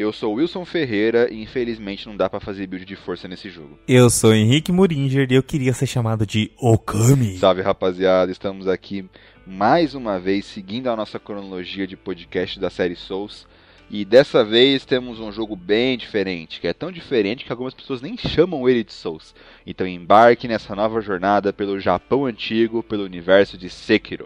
Eu sou o Wilson Ferreira e infelizmente não dá pra fazer build de força nesse jogo. Eu sou Henrique Muringer e eu queria ser chamado de Okami. Salve, rapaziada, estamos aqui mais uma vez seguindo a nossa cronologia de podcast da série Souls. E dessa vez temos um jogo bem diferente, que é tão diferente que algumas pessoas nem chamam ele de Souls. Então embarque nessa nova jornada pelo Japão antigo, pelo universo de Sekiro.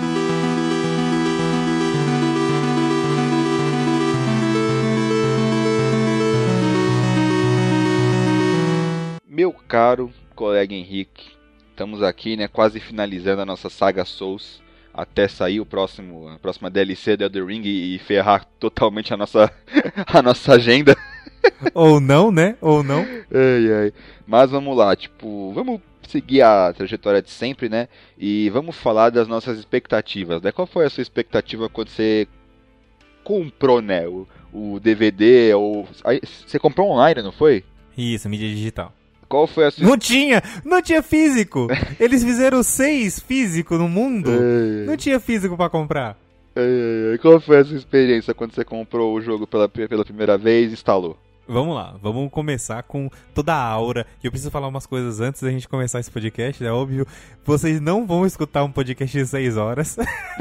Meu caro colega Henrique, estamos aqui, né, quase finalizando a nossa saga Souls, até sair a próxima DLC do Elden Ring e ferrar totalmente a nossa agenda. Ou não, né? Ou não. Ai. Mas vamos lá, vamos seguir a trajetória de sempre, né? E vamos falar das nossas expectativas, né? Qual foi a sua expectativa quando você comprou, né, o DVD? Você comprou online, não foi? Isso, mídia digital. Qual foi a sua... Não tinha físico. Eles fizeram 6 físico no mundo. Não tinha físico pra comprar. Qual foi a sua experiência quando você comprou o jogo pela primeira vez e instalou? Vamos lá, vamos começar com toda a aura. Eu preciso falar umas coisas antes da gente começar esse podcast, é óbvio. Vocês não vão escutar um podcast de 6 horas.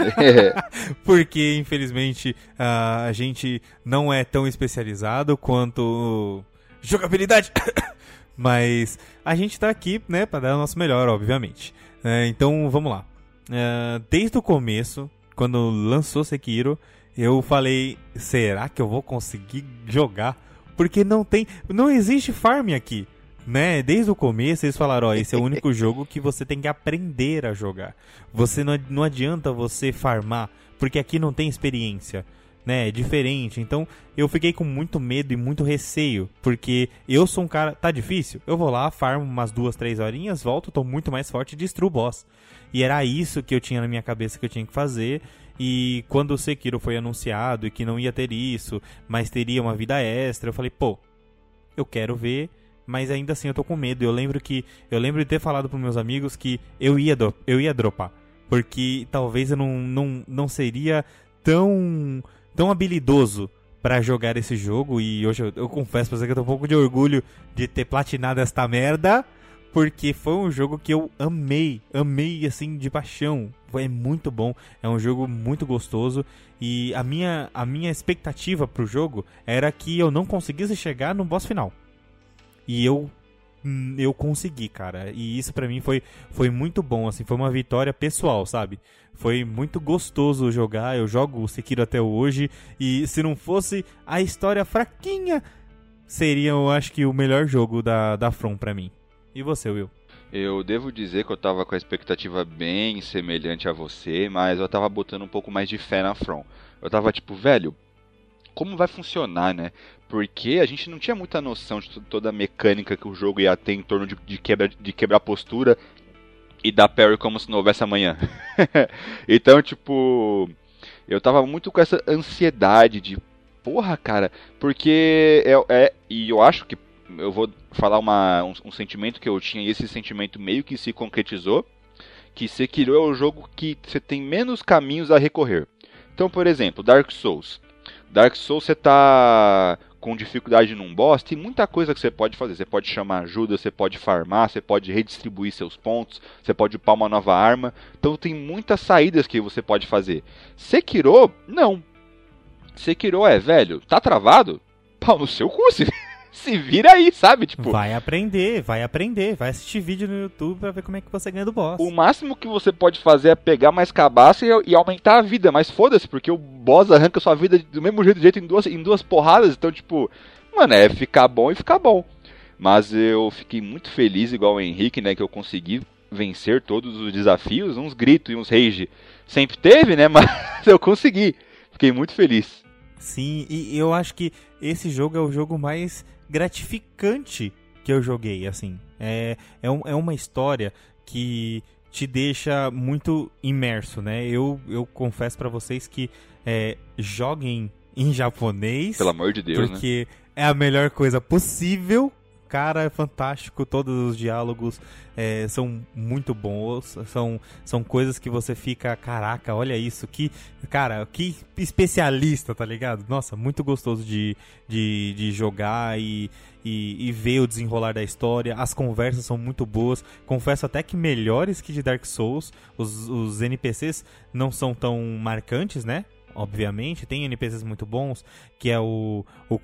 Porque, infelizmente, a gente não é tão especializado quanto jogabilidade. Mas a gente tá aqui, né, pra dar o nosso melhor, obviamente. Então, vamos lá. Desde o começo, quando lançou Sekiro, eu falei, será que eu vou conseguir jogar? Porque não existe farm aqui, né? Desde o começo eles falaram, esse é o único jogo que você tem que aprender a jogar. Você não adianta você farmar, porque aqui não tem experiência. Né, é diferente, então eu fiquei com muito medo e muito receio, porque eu sou um cara, tá difícil, eu vou lá, farmo umas 2, 3 horinhas, volto, tô muito mais forte e destruo o boss. E era isso que eu tinha na minha cabeça que eu tinha que fazer, e quando o Sekiro foi anunciado e que não ia ter isso, mas teria uma vida extra, eu falei, eu quero ver, mas ainda assim eu tô com medo. Eu lembro de ter falado pros meus amigos que eu ia dropar, porque talvez eu não seria tão habilidoso pra jogar esse jogo. E hoje eu confesso pra você que eu tô um pouco de orgulho de ter platinado esta merda, porque foi um jogo que eu amei assim de paixão. É muito bom, é um jogo muito gostoso. E a minha expectativa pro jogo era que eu não conseguisse chegar no boss final. E eu consegui, cara. E isso pra mim foi muito bom, assim, foi uma vitória pessoal, sabe? Foi muito gostoso jogar, eu jogo o Sekiro até hoje, e se não fosse a história fraquinha, seria, eu acho que, o melhor jogo da From pra mim. E você, Will? Eu devo dizer que eu tava com a expectativa bem semelhante a você, mas eu tava botando um pouco mais de fé na From. Eu tava velho, como vai funcionar, né? Porque a gente não tinha muita noção de toda a mecânica que o jogo ia ter em torno de quebrar postura e dar parry como se não houvesse amanhã. Então, eu tava muito com essa ansiedade de, porra, cara, porque e eu acho que eu vou falar um sentimento que eu tinha, e esse sentimento meio que se concretizou, que Sekiro é o jogo que você tem menos caminhos a recorrer. Então, por exemplo, Dark Souls, você tá com dificuldade num boss, tem muita coisa que você pode fazer. Você pode chamar ajuda, você pode farmar, você pode redistribuir seus pontos, você pode upar uma nova arma. Então tem muitas saídas que você pode fazer. Sekiro, não. Sekiro velho, tá travado? Pau no seu cu, se vira aí, sabe? Vai aprender, vai assistir vídeo no YouTube pra ver como é que você ganha do boss. O máximo que você pode fazer é pegar mais cabaça e aumentar a vida, mas foda-se, porque o boss arranca sua vida do mesmo jeito em duas porradas, então mano, é ficar bom e ficar bom. Mas eu fiquei muito feliz, igual o Henrique, né, que eu consegui vencer todos os desafios, uns gritos e uns rage sempre teve, né, mas eu consegui, fiquei muito feliz. Sim, e eu acho que esse jogo é o jogo mais gratificante que eu joguei, assim. É uma história que te deixa muito imerso, né? Eu confesso pra vocês que joguem em japonês. Pelo amor de Deus, porque é a melhor coisa possível cara, é fantástico, todos os diálogos são muito bons, são coisas que você fica, caraca, olha isso, que especialista, tá ligado? Nossa, muito gostoso de jogar e ver o desenrolar da história. As conversas são muito boas, confesso até que melhores que de Dark Souls. Os NPCs não são tão marcantes, né? Obviamente, tem NPCs muito bons, que é o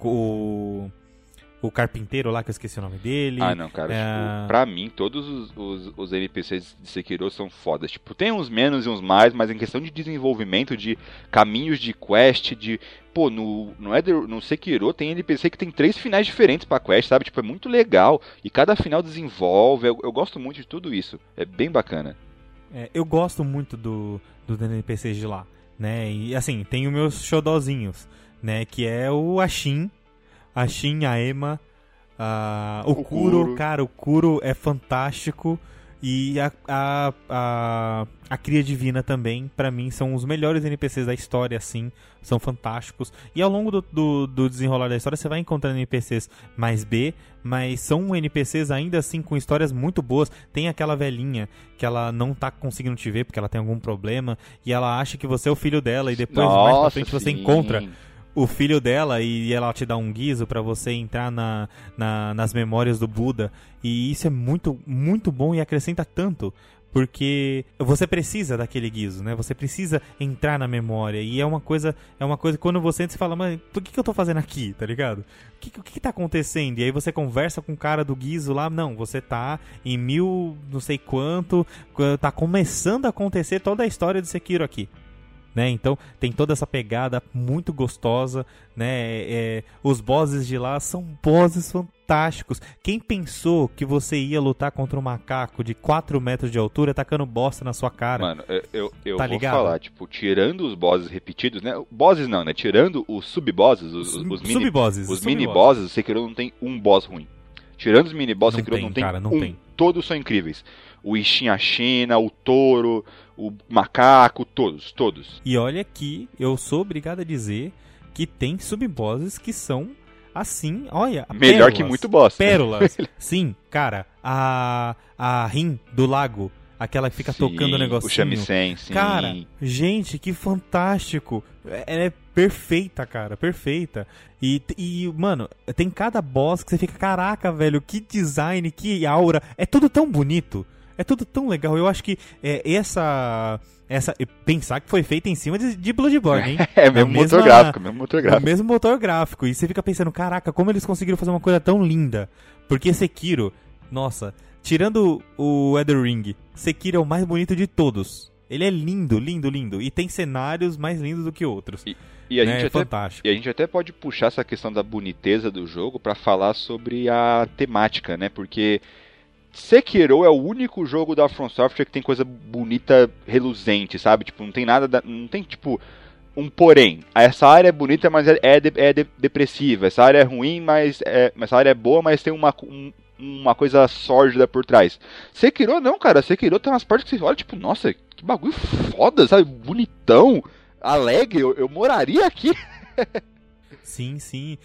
carpinteiro lá, que eu esqueci o nome dele. Ah, não, cara, tipo, pra mim, todos os NPCs de Sekiro são fodas. Tipo, tem uns menos e uns mais, mas em questão de desenvolvimento, de caminhos de quest, Pô, no Sekiro tem NPC que tem 3 finais diferentes pra quest, sabe? Tipo, é muito legal. E cada final desenvolve. Eu gosto muito de tudo isso. É bem bacana. Eu gosto muito dos NPCs de lá, né? E assim, tem os meus xodozinhos, né? Que é o Ashin, a Ema, o Kuro. Cara, o Kuro é fantástico. E a Cria Divina também, pra mim, são os melhores NPCs da história, assim. São fantásticos. E ao longo do desenrolar da história, você vai encontrando NPCs mais B, mas são NPCs ainda assim com histórias muito boas. Tem aquela velhinha que ela não tá conseguindo te ver porque ela tem algum problema, e ela acha que você é o filho dela, e depois, mais pra frente, você encontra o filho dela e ela te dá um guizo pra você entrar nas memórias do Buda. E isso é muito, muito bom e acrescenta tanto, porque você precisa daquele guizo, né? Você precisa entrar na memória. E é uma coisa que quando você entra, você fala, mas por que eu tô fazendo aqui, tá ligado? O que tá acontecendo? E aí você conversa com o cara do guizo lá, não, você tá em 1000 não sei quanto, tá começando a acontecer toda a história de Sekiro aqui. Né? Então tem toda essa pegada muito gostosa, né? Os bosses de lá são bosses fantásticos. Quem pensou que você ia lutar contra um macaco de 4 metros de altura tacando bosta na sua cara? Mano, eu tá vou ligado? falar, tipo, tirando os bosses repetidos, né? Bosses não, né? Tirando os sub-bosses, os mini-bosses, o Sekiro não tem um boss ruim. Tirando os mini-bosses, o Sekiro não tem um. Todos são incríveis. O Ishin Ashina, o touro, o macaco, todos. E olha que eu sou obrigado a dizer que tem sub-bosses que são assim, olha, melhor pérolas, que muito boss. Pérolas. Sim, cara, a Rin do lago, aquela que fica tocando o negocinho. O shamisen, sim. Cara, gente, que fantástico. Ela é perfeita, cara, perfeita. E, mano, tem cada boss que você fica, caraca, velho, que design, que aura. É tudo tão bonito. É tudo tão legal. Eu acho que pensar que foi feita em cima de Bloodborne, hein? Mesmo motor gráfico. É o mesmo motor gráfico. E você fica pensando, caraca, como eles conseguiram fazer uma coisa tão linda? Porque Sekiro, nossa, tirando o Elden Ring, Sekiro é o mais bonito de todos. Ele é lindo, lindo, lindo. E tem cenários mais lindos do que outros. E a gente é fantástico. E a gente até pode puxar essa questão da boniteza do jogo pra falar sobre a temática, né? Porque Sekiro é o único jogo da From Software que tem coisa bonita, reluzente, sabe? Tipo, não tem nada, não tem tipo um porém. Essa área é bonita, mas é depressiva. Essa área é ruim, mas essa área é boa, mas tem uma coisa sórdida por trás. Sekiro não, cara. Sekiro tem umas partes que você olha, tipo, nossa, que bagulho foda, sabe? Bonitão, alegre. Eu moraria aqui. Sim.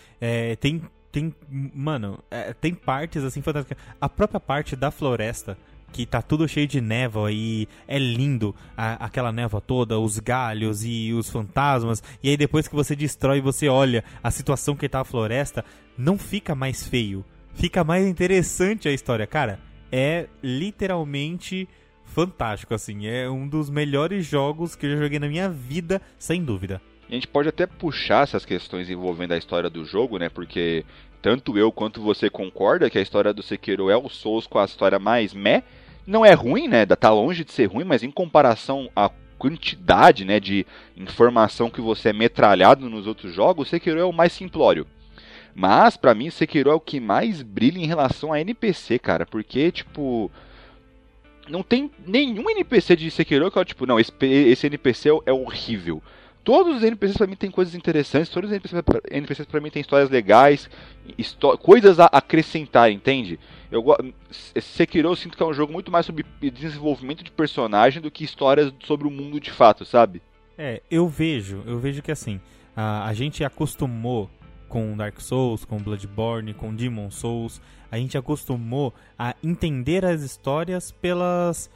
Mano, tem partes assim fantásticas. A própria parte da floresta, que tá tudo cheio de névoa e é lindo, aquela névoa toda, os galhos e os fantasmas. E aí depois que você destrói, você olha a situação que tá a floresta, não fica mais feio, fica mais interessante a história. Cara, é literalmente fantástico, assim. É um dos melhores jogos que eu já joguei na minha vida, sem dúvida. A gente pode até puxar essas questões envolvendo a história do jogo, né? Porque tanto eu quanto você concorda que a história do Sekiro é o Souls com a história mais meh. Não é ruim, né? Tá longe de ser ruim, mas em comparação à quantidade, né, de informação que você é metralhado nos outros jogos, o Sekiro é o mais simplório. Mas, pra mim, o Sekiro é o que mais brilha em relação a NPC, cara. Porque, tipo, não tem nenhum NPC de Sekiro que é tipo, não, esse NPC é horrível. Todos os NPCs pra mim tem coisas interessantes, todos os NPCs pra mim tem histórias legais, coisas a acrescentar, entende? Sekiro eu sinto que é um jogo muito mais sobre desenvolvimento de personagem do que histórias sobre o mundo de fato, sabe? Eu vejo que assim, a gente acostumou com Dark Souls, com Bloodborne, com Demon Souls, a gente acostumou a entender as histórias pelas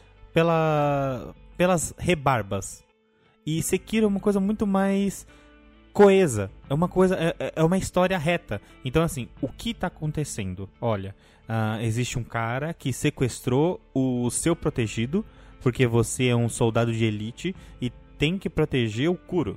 rebarbas. E Sekiro é uma coisa muito mais coesa, é uma história reta. Então assim, o que tá acontecendo? Olha, existe um cara que sequestrou o seu protegido, porque você é um soldado de elite e tem que proteger o Kuro.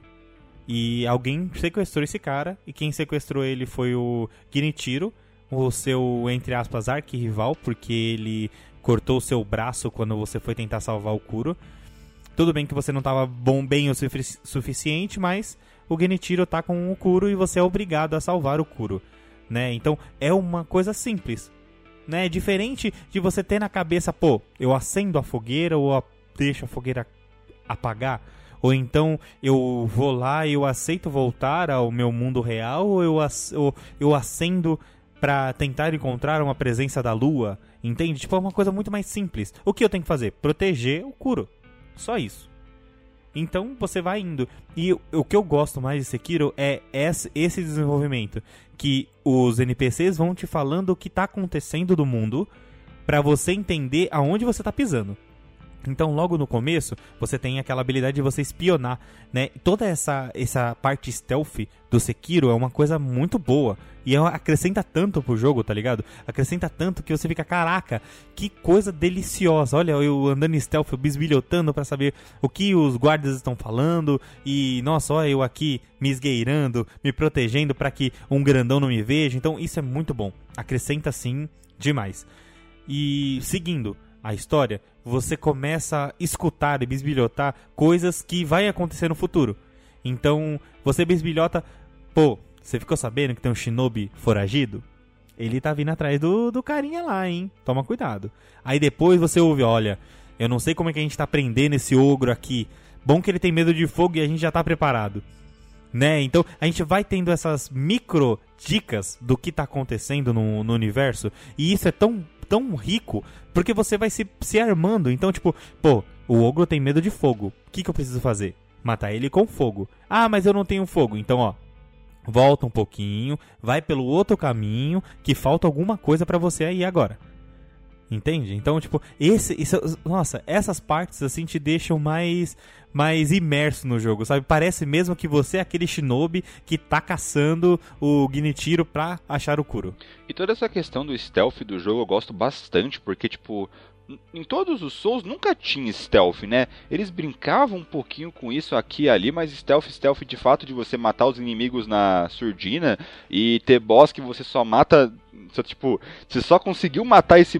E alguém sequestrou esse cara, e quem sequestrou ele foi o Genichiro, o seu, entre aspas, arquirrival, porque ele cortou o seu braço quando você foi tentar salvar o Kuro. Tudo bem que você não estava bem o suficiente, mas o Genichiro tá com o Kuro e você é obrigado a salvar o Kuro, né? Então é uma coisa simples, né? Diferente de você ter na cabeça, pô, eu acendo a fogueira ou deixo a fogueira apagar, ou então eu vou lá e eu aceito voltar ao meu mundo real, ou eu acendo pra tentar encontrar uma presença da lua, entende? Tipo, é uma coisa muito mais simples. O que eu tenho que fazer? Proteger o Kuro. Só isso. Então você vai indo. E o que eu gosto mais de Sekiro é esse desenvolvimento. Que os NPCs vão te falando o que tá acontecendo do mundo pra você entender aonde você tá pisando. Então logo no começo você tem aquela habilidade de você espionar, né? Toda essa parte stealth do Sekiro é uma coisa muito boa. E acrescenta tanto pro jogo, tá ligado? Acrescenta tanto que você fica, caraca, que coisa deliciosa. Olha, eu andando em stealth, eu bisbilhotando pra saber o que os guardas estão falando. E, nossa, olha eu aqui me esgueirando, me protegendo pra que um grandão não me veja. Então isso é muito bom. Acrescenta sim, demais. E seguindo a história, você começa a escutar e bisbilhotar coisas que vai acontecer no futuro. Então, você bisbilhota, pô, você ficou sabendo que tem um shinobi foragido? Ele tá vindo atrás do carinha lá, hein? Toma cuidado. Aí depois você ouve, olha, eu não sei como é que a gente tá prendendo esse ogro aqui. Bom que ele tem medo de fogo e a gente já tá preparado. Né? Então, a gente vai tendo essas micro dicas do que tá acontecendo no universo. E isso é tão rico, porque você vai se armando. Então, tipo, pô, o ogro tem medo de fogo. O que eu preciso fazer? Matar ele com fogo. Ah, mas eu não tenho fogo. Então, ó, volta um pouquinho, vai pelo outro caminho, que falta alguma coisa pra você aí agora. Entende? Então, tipo, nossa, essas partes, assim, te deixam mais imerso no jogo, sabe? Parece mesmo que você é aquele shinobi que tá caçando o Genichiro pra achar o Kuro. E toda essa questão do stealth do jogo eu gosto bastante, porque, tipo, em todos os Souls nunca tinha stealth, né? Eles brincavam um pouquinho com isso aqui e ali, mas stealth de fato de você matar os inimigos na surdina e ter boss que você só mata, tipo, você só conseguiu matar esse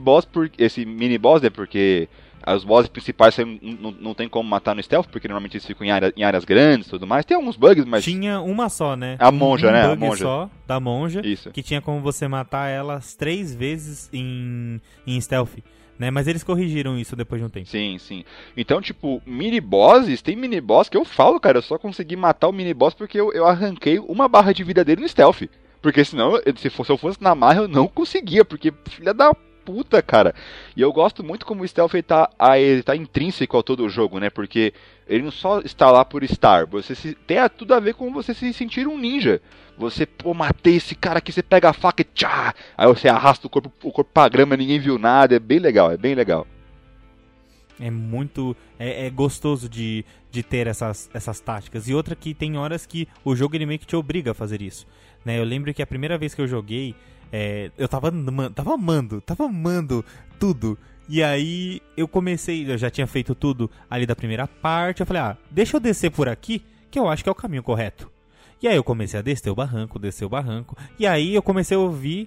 mini boss, né? Porque os bosses principais você não tem como matar no stealth, porque normalmente eles ficam em áreas grandes e tudo mais. Tem alguns bugs, mas... Tinha uma só, né? A monja, né? Um bug só da monja, isso, que tinha como você matar elas 3 vezes em stealth. Né? Mas eles corrigiram isso depois de um tempo. Sim, sim. Então, tipo, mini-bosses, tem mini-boss que eu falo, cara, eu só consegui matar o mini-boss porque eu arranquei uma barra de vida dele no stealth. Porque senão, se eu fosse na marra, eu não conseguia, porque filha da puta, cara. E eu gosto muito como o stealth ele tá intrínseco a todo o jogo, né? Porque ele não só está lá por estar, tem tudo a ver com você se sentir um ninja. Você, pô, matei esse cara aqui, você pega a faca e tchá! Aí você arrasta o corpo pra grama, ninguém viu nada, é bem legal, é bem legal. É muito... É gostoso de ter essas táticas. E outra que tem horas que o jogo ele meio que te obriga a fazer isso. Né? Eu lembro que a primeira vez que eu joguei, eu tava amando tudo. E aí eu já tinha feito tudo ali da primeira parte. Eu falei, deixa eu descer por aqui, que eu acho que é o caminho correto. E aí eu comecei a descer o barranco. E aí eu comecei a ouvir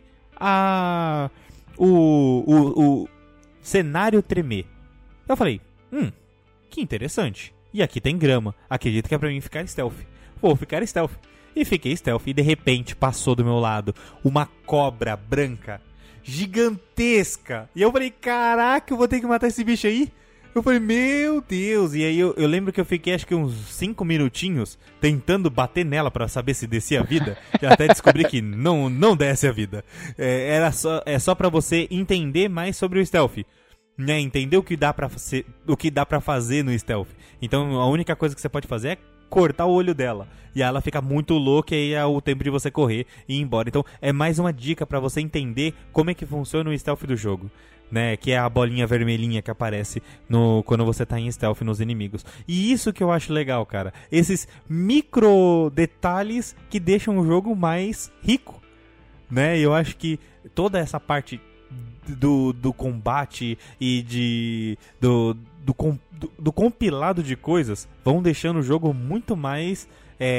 o cenário tremer. Eu falei, que interessante. E aqui tem grama. Acredito que é pra mim ficar stealth. Vou ficar stealth. E fiquei stealth. E de repente passou do meu lado uma cobra branca gigantesca. E eu falei, caraca, eu vou ter que matar esse bicho aí? Eu falei, meu Deus. E aí eu lembro que eu fiquei acho que uns 5 minutinhos tentando bater nela pra saber se descia a vida. E até descobri que não desce a vida. É só pra você entender mais sobre o stealth. Né? Entender o que dá pra fazer no stealth. Então a única coisa que você pode fazer é cortar o olho dela. E aí ela fica muito louca e aí é o tempo de você correr e ir embora. Então é mais uma dica pra você entender como é que funciona o stealth do jogo, né? Que é a bolinha vermelhinha que aparece quando você tá em stealth nos inimigos. E isso que eu acho legal, cara. Esses micro detalhes que deixam o jogo mais rico, né? Eu acho que toda essa parte do combate e do compilado de coisas vão deixando o jogo muito mais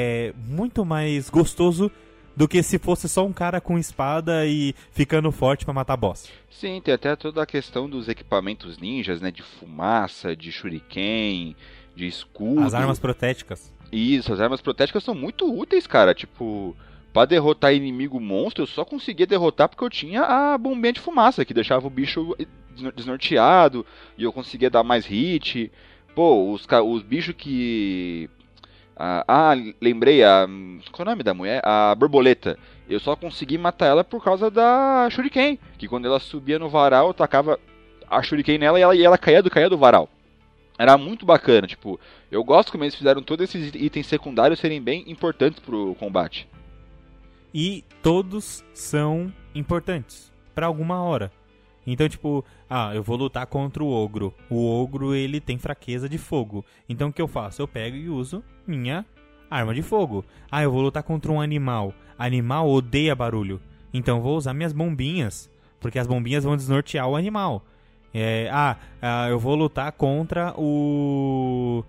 gostoso do que se fosse só um cara com espada e ficando forte pra matar boss. Sim, tem até toda a questão dos equipamentos ninjas, né? De fumaça, de shuriken, de escudo. As armas protéticas. Isso, as armas protéticas são muito úteis, cara. Tipo, pra derrotar inimigo monstro, eu só conseguia derrotar porque eu tinha a bombinha de fumaça, que deixava o bicho desnorteado e eu conseguia dar mais hit. Pô, os bichos que... lembrei, qual é o nome da mulher? A borboleta. Eu só consegui matar ela por causa da shuriken, que quando ela subia no varal, eu tacava a shuriken nela e ela caía do varal. Era muito bacana, tipo, eu gosto como eles fizeram todos esses itens secundários serem bem importantes pro combate. E todos são importantes pra alguma hora. Então, tipo, eu vou lutar contra o ogro. O ogro, ele tem fraqueza de fogo. Então, o que eu faço? Eu pego e uso minha arma de fogo. Eu vou lutar contra um animal. Animal odeia barulho. Então, eu vou usar minhas bombinhas. Porque as bombinhas vão desnortear o animal. Eu vou lutar contra o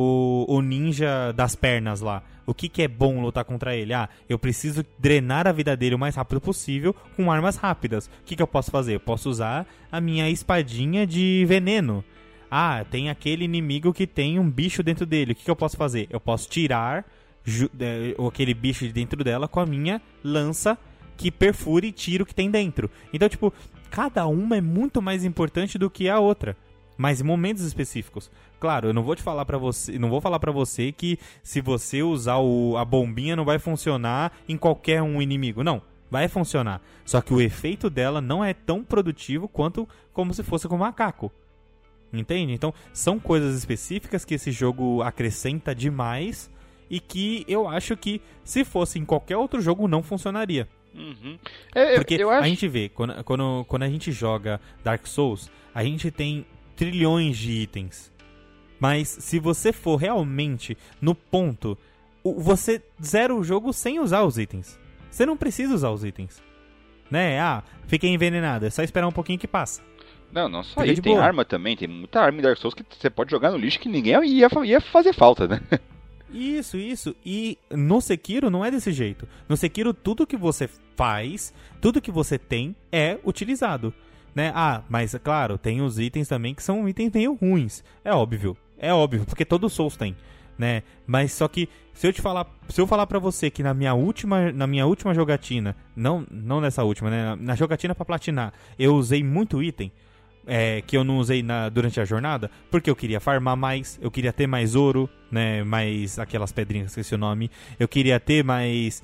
ninja das pernas lá. O que é bom lutar contra ele? Eu preciso drenar a vida dele o mais rápido possível com armas rápidas. O que eu posso fazer? Eu posso usar a minha espadinha de veneno. Tem aquele inimigo que tem um bicho dentro dele. O que eu posso fazer? Eu posso tirar aquele bicho de dentro dela com a minha lança que perfura e tira o que tem dentro. Então, tipo, cada uma é muito mais importante do que a outra. Mas em momentos específicos. Claro, eu não vou falar pra você que se você usar a bombinha não vai funcionar em qualquer um inimigo. Não, vai funcionar. Só que o efeito dela não é tão produtivo quanto como se fosse com o macaco. Entende? Então, são coisas específicas que esse jogo acrescenta demais e que eu acho que se fosse em qualquer outro jogo não funcionaria. Uhum. Porque a gente vê, quando a gente joga Dark Souls, a gente tem trilhões de itens. Mas se você for realmente no ponto, você zera o jogo sem usar os itens. Você não precisa usar os itens, né? Fiquei envenenado, é só esperar um pouquinho que passa. Não só isso, tem arma também, tem muita arma em Dark Souls que você pode jogar no lixo que ninguém ia fazer falta, né? Isso. E no Sekiro não é desse jeito. No Sekiro tudo que você faz, tudo que você tem é utilizado, né? Mas claro, tem os itens também que são itens meio ruins. É óbvio, porque todo Souls tem, né? Mas só que se eu falar pra você que na minha última jogatina, não nessa última, né? Na jogatina pra platinar, eu usei muito item que eu não usei durante a jornada, porque eu queria farmar mais, eu queria ter mais ouro, né? Mais aquelas pedrinhas, esqueci o nome. Eu queria ter mais...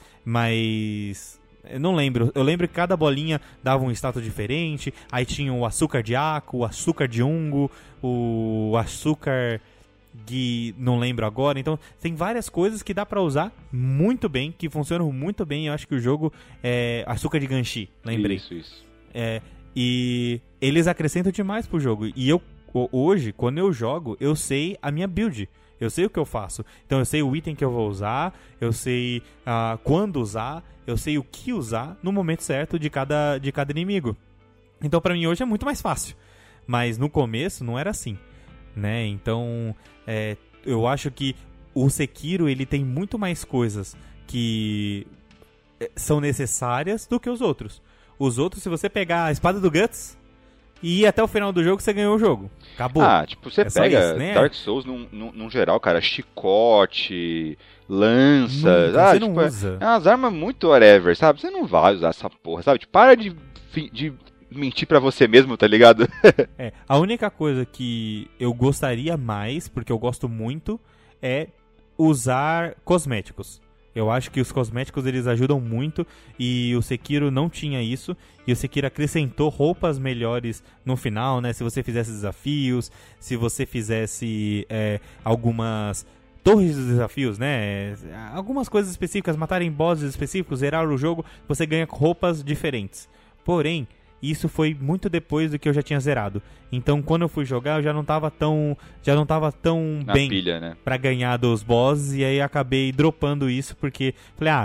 Eu não lembro. Eu lembro que cada bolinha dava um status diferente. Aí tinha o açúcar de Aku, o açúcar de Ungo, o açúcar de... não lembro agora. Então, tem várias coisas que dá pra usar muito bem, que funcionam muito bem. Eu acho que o jogo é açúcar de Ganshi, lembrei. Isso. E eles acrescentam demais pro jogo. E hoje, quando eu jogo, eu sei a minha build. Eu sei o que eu faço. Então eu sei o item que eu vou usar, eu sei quando usar, eu sei o que usar no momento certo de cada inimigo. Então pra mim hoje é muito mais fácil. Mas no começo não era assim, né? Então eu acho que o Sekiro ele tem muito mais coisas que são necessárias do que os outros. Os outros, se você pegar a espada do Guts e ir até o final do jogo, você ganhou o jogo. Acabou. Você pega isso, né? Dark Souls num geral, cara, chicote, lança, você não usa. É umas armas muito whatever, sabe? Você não vai usar essa porra, sabe? Para de mentir pra você mesmo, tá ligado? A única coisa que eu gostaria mais, porque eu gosto muito, é usar cosméticos. Eu acho que os cosméticos eles ajudam muito e o Sekiro não tinha isso. E o Sekiro acrescentou roupas melhores no final, né? Se você fizesse desafios, se você fizesse algumas torres dos desafios, né? Algumas coisas específicas, matarem bosses específicos, zerar o jogo, você ganha roupas diferentes. Porém, isso foi muito depois do que eu já tinha zerado. Então, quando eu fui jogar, eu já não tava tão Na bem pilha, né? pra ganhar dos bosses. E aí acabei dropando isso porque falei,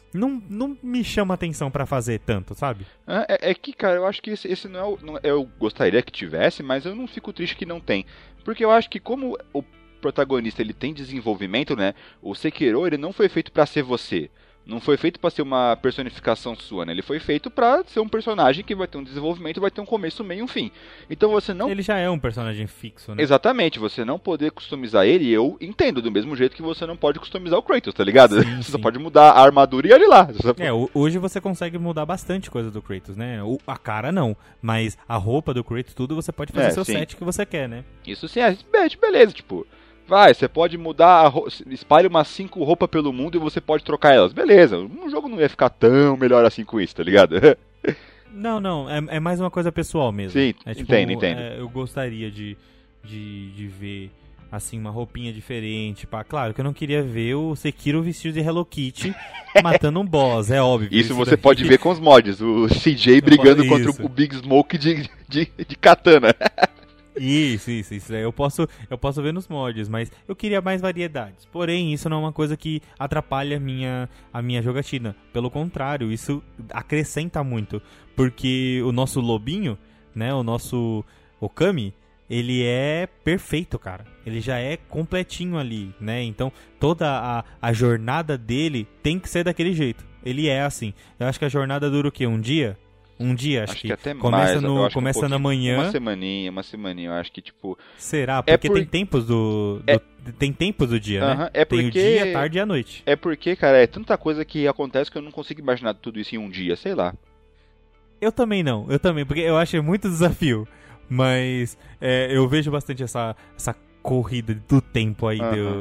não me chama atenção pra fazer tanto, sabe? É que, cara, eu acho que esse eu gostaria que tivesse, mas eu não fico triste que não tem. Porque eu acho que como o protagonista ele tem desenvolvimento, né? O Sekiro, ele não foi feito pra ser você. Não foi feito pra ser uma personificação sua, né? Ele foi feito pra ser um personagem que vai ter um desenvolvimento, vai ter um começo, meio e um fim. Então você não... Ele já é um personagem fixo, né? Exatamente, você não poder customizar ele, eu entendo, do mesmo jeito que você não pode customizar o Kratos, tá ligado? Sim, você só pode mudar a armadura e olha lá. Hoje você consegue mudar bastante coisa do Kratos, né? A cara não, mas a roupa do Kratos, tudo você pode fazer seu set que você quer, né? Isso sim, beleza, tipo... Vai, você pode mudar, espalha umas 5 roupas pelo mundo e você pode trocar elas. Beleza, um jogo não ia ficar tão melhor assim com isso, tá ligado? Não, é mais uma coisa pessoal mesmo. Sim, entendo. Eu gostaria de ver, assim, uma roupinha diferente. Claro que eu não queria ver o Sekiro vestido de Hello Kitty matando um boss, é óbvio. Isso você pode ver com os mods, o CJ brigando contra o Big Smoke de katana. Isso. Eu posso ver nos mods, mas eu queria mais variedades. Porém, isso não é uma coisa que atrapalha a minha jogatina. Pelo contrário, isso acrescenta muito. Porque o nosso lobinho, né, o nosso Okami, ele é perfeito, cara. Ele já é completinho ali, né? Então, toda a jornada dele tem que ser daquele jeito. Ele é assim. Eu acho que a jornada dura o quê? Um dia? Acho que até começa mais, começa na manhã. Uma semaninha, eu acho que tipo... Será? Porque tem tempos tem tempos do dia, né? Tem o dia, a tarde e a noite. É porque, cara, é tanta coisa que acontece que eu não consigo imaginar tudo isso em um dia, sei lá. Eu também, porque eu acho muito desafio. Mas eu vejo bastante essa corrida do tempo aí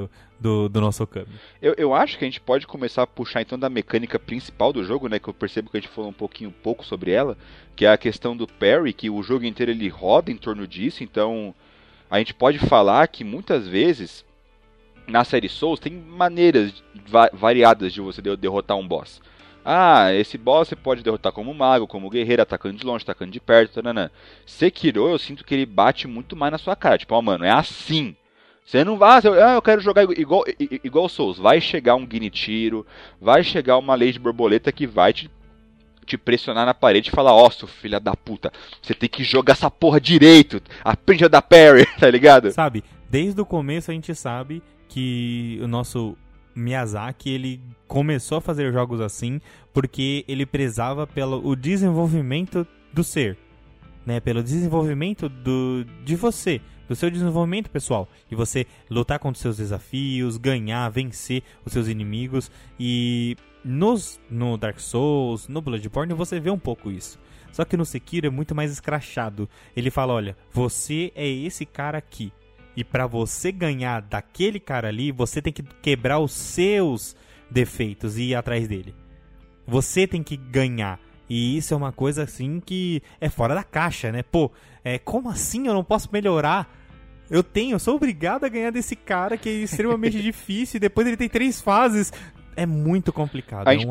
do nosso Okami. Eu acho que a gente pode começar a puxar então da mecânica principal do jogo, né? Que eu percebo que a gente falou pouco sobre ela, que é a questão do parry, que o jogo inteiro ele roda em torno disso. Então a gente pode falar que muitas vezes na série Souls tem maneiras variadas de você derrotar um boss. Esse boss você pode derrotar como mago, como guerreiro, atacando de longe, atacando de perto, tanana. Sekiro, eu sinto que ele bate muito mais na sua cara. Tipo, mano, é assim. Você não vai... eu quero jogar igual Souls. Vai chegar um Genichiro, vai chegar uma Lei de Borboleta que vai te pressionar na parede e falar, seu filho da puta, você tem que jogar essa porra direito. Aprende a dar parry, tá ligado? Sabe, desde o começo a gente sabe que o nosso Miyazaki, ele começou a fazer jogos assim porque ele prezava pelo desenvolvimento do ser, né? Pelo desenvolvimento de você, do seu desenvolvimento pessoal, e você lutar contra os seus desafios, ganhar, vencer os seus inimigos. E no Dark Souls, no Bloodborne, você vê um pouco isso. Só que no Sekiro é muito mais escrachado. Ele fala, olha, você é esse cara aqui, e pra você ganhar daquele cara ali, você tem que quebrar os seus defeitos e ir atrás dele. Você tem que ganhar. E isso é uma coisa assim que é fora da caixa, né? Como assim eu não posso melhorar? Eu sou obrigado a ganhar desse cara que é extremamente difícil. E depois ele tem 3 fases. É muito complicado. A gente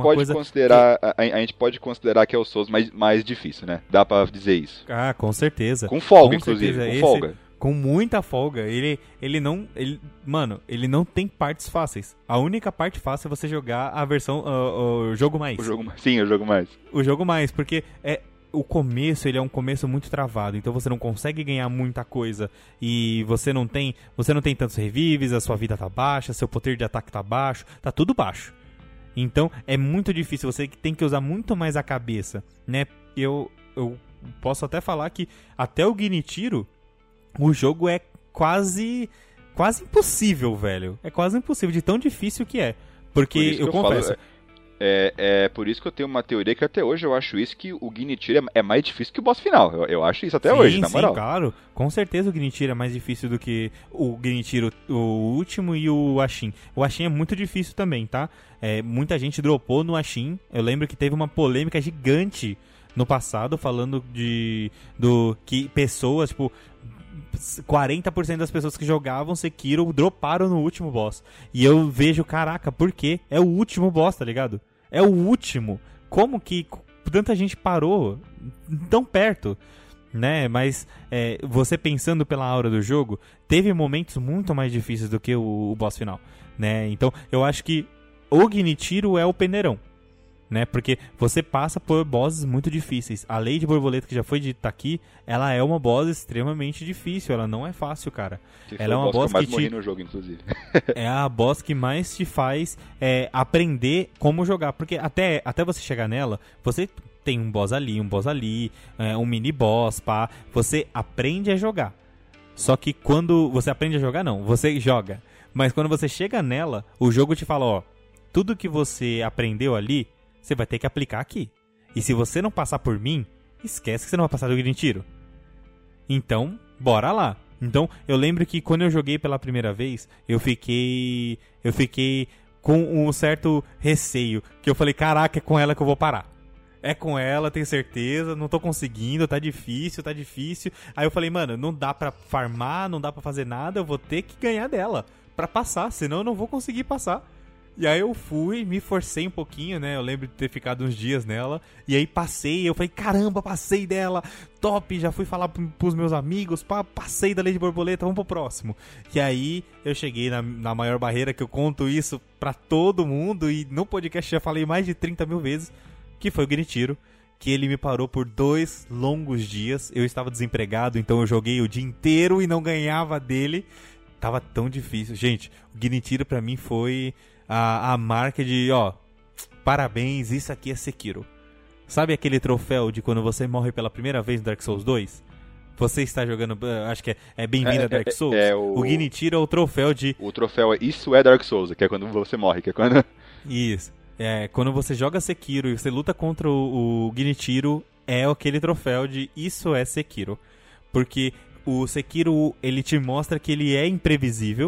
pode considerar que é o Souls mais difícil, né? Dá pra dizer isso. Com certeza. Com folga, inclusive. Com folga. Com muita folga. Ele não tem partes fáceis. A única parte fácil é você jogar a versão o jogo mais. Sim, o jogo mais. O jogo mais, porque o começo, ele é um começo muito travado, então você não consegue ganhar muita coisa e você não tem tantos revives, a sua vida tá baixa, seu poder de ataque tá baixo, tá tudo baixo. Então é muito difícil, você tem que usar muito mais a cabeça, né? Eu posso até falar que até o Genichiro, o jogo é quase impossível, velho. É quase impossível, de tão difícil que é. Porque eu confesso... É por isso que eu tenho uma teoria que até hoje eu acho isso, que o Genichiro é mais difícil que o boss final. Eu acho isso até hoje, na moral. Sim, claro. Com certeza o Genichiro é mais difícil do que o Genichiro, o último, e o Ashin. O Ashin é muito difícil também, tá? Muita gente dropou no Ashin. Eu lembro que teve uma polêmica gigante no passado, falando que pessoas, tipo... 40% das pessoas que jogavam Sekiro droparam no último boss. E eu vejo, caraca, por quê? É o último boss, tá ligado? É o último. Como que tanta gente parou tão perto, né? Mas você pensando pela aura do jogo, teve momentos muito mais difíceis do que o boss final, né? Então eu acho que o Genichiro é o peneirão, né? Porque você passa por bosses muito difíceis. A Lei de Borboleta, que já foi dita aqui, ela é uma boss extremamente difícil. Ela não é fácil, cara. Ela é uma boss que eu mais morri no jogo, inclusive. É a boss que mais te faz aprender como jogar. Porque até você chegar nela, você tem um boss ali, um mini boss, pá. Você aprende a jogar. Só que quando você aprende a jogar, não. Você joga. Mas quando você chega nela, o jogo te fala, ó, tudo que você aprendeu ali, você vai ter que aplicar aqui. E se você não passar por mim, esquece que você não vai passar do Genichiro. Então, bora lá. Então, eu lembro que quando eu joguei pela primeira vez, eu fiquei com um certo receio. Que eu falei, caraca, é com ela que eu vou parar. É com ela, tenho certeza, não tô conseguindo, tá difícil. Aí eu falei, mano, não dá pra farmar, não dá pra fazer nada, eu vou ter que ganhar dela pra passar, senão eu não vou conseguir passar. E aí eu fui, me forcei um pouquinho, né? Eu lembro de ter ficado uns dias nela. E aí passei, eu falei, caramba, passei dela. Top, já fui falar pros meus amigos, passei da Lei de Borboleta, vamos pro próximo. E aí eu cheguei na maior barreira, que eu conto isso pra todo mundo. E no podcast já falei mais de 30 mil vezes, que foi o Genichiro. Que ele me parou por 2 longos dias. Eu estava desempregado, então eu joguei o dia inteiro e não ganhava dele. Tava tão difícil. Gente, o Genichiro pra mim foi a marca de, ó, parabéns, isso aqui é Sekiro. Sabe aquele troféu de quando você morre pela primeira vez no Dark Souls 2? Você está jogando, acho que é bem-vindo a Dark Souls. O Genichiro é o troféu de... O troféu é isso é Dark Souls, que é quando você morre, que é quando... Isso. Quando você joga Sekiro e você luta contra o Genichiro, é aquele troféu de isso é Sekiro. Porque o Sekiro, ele te mostra que ele é imprevisível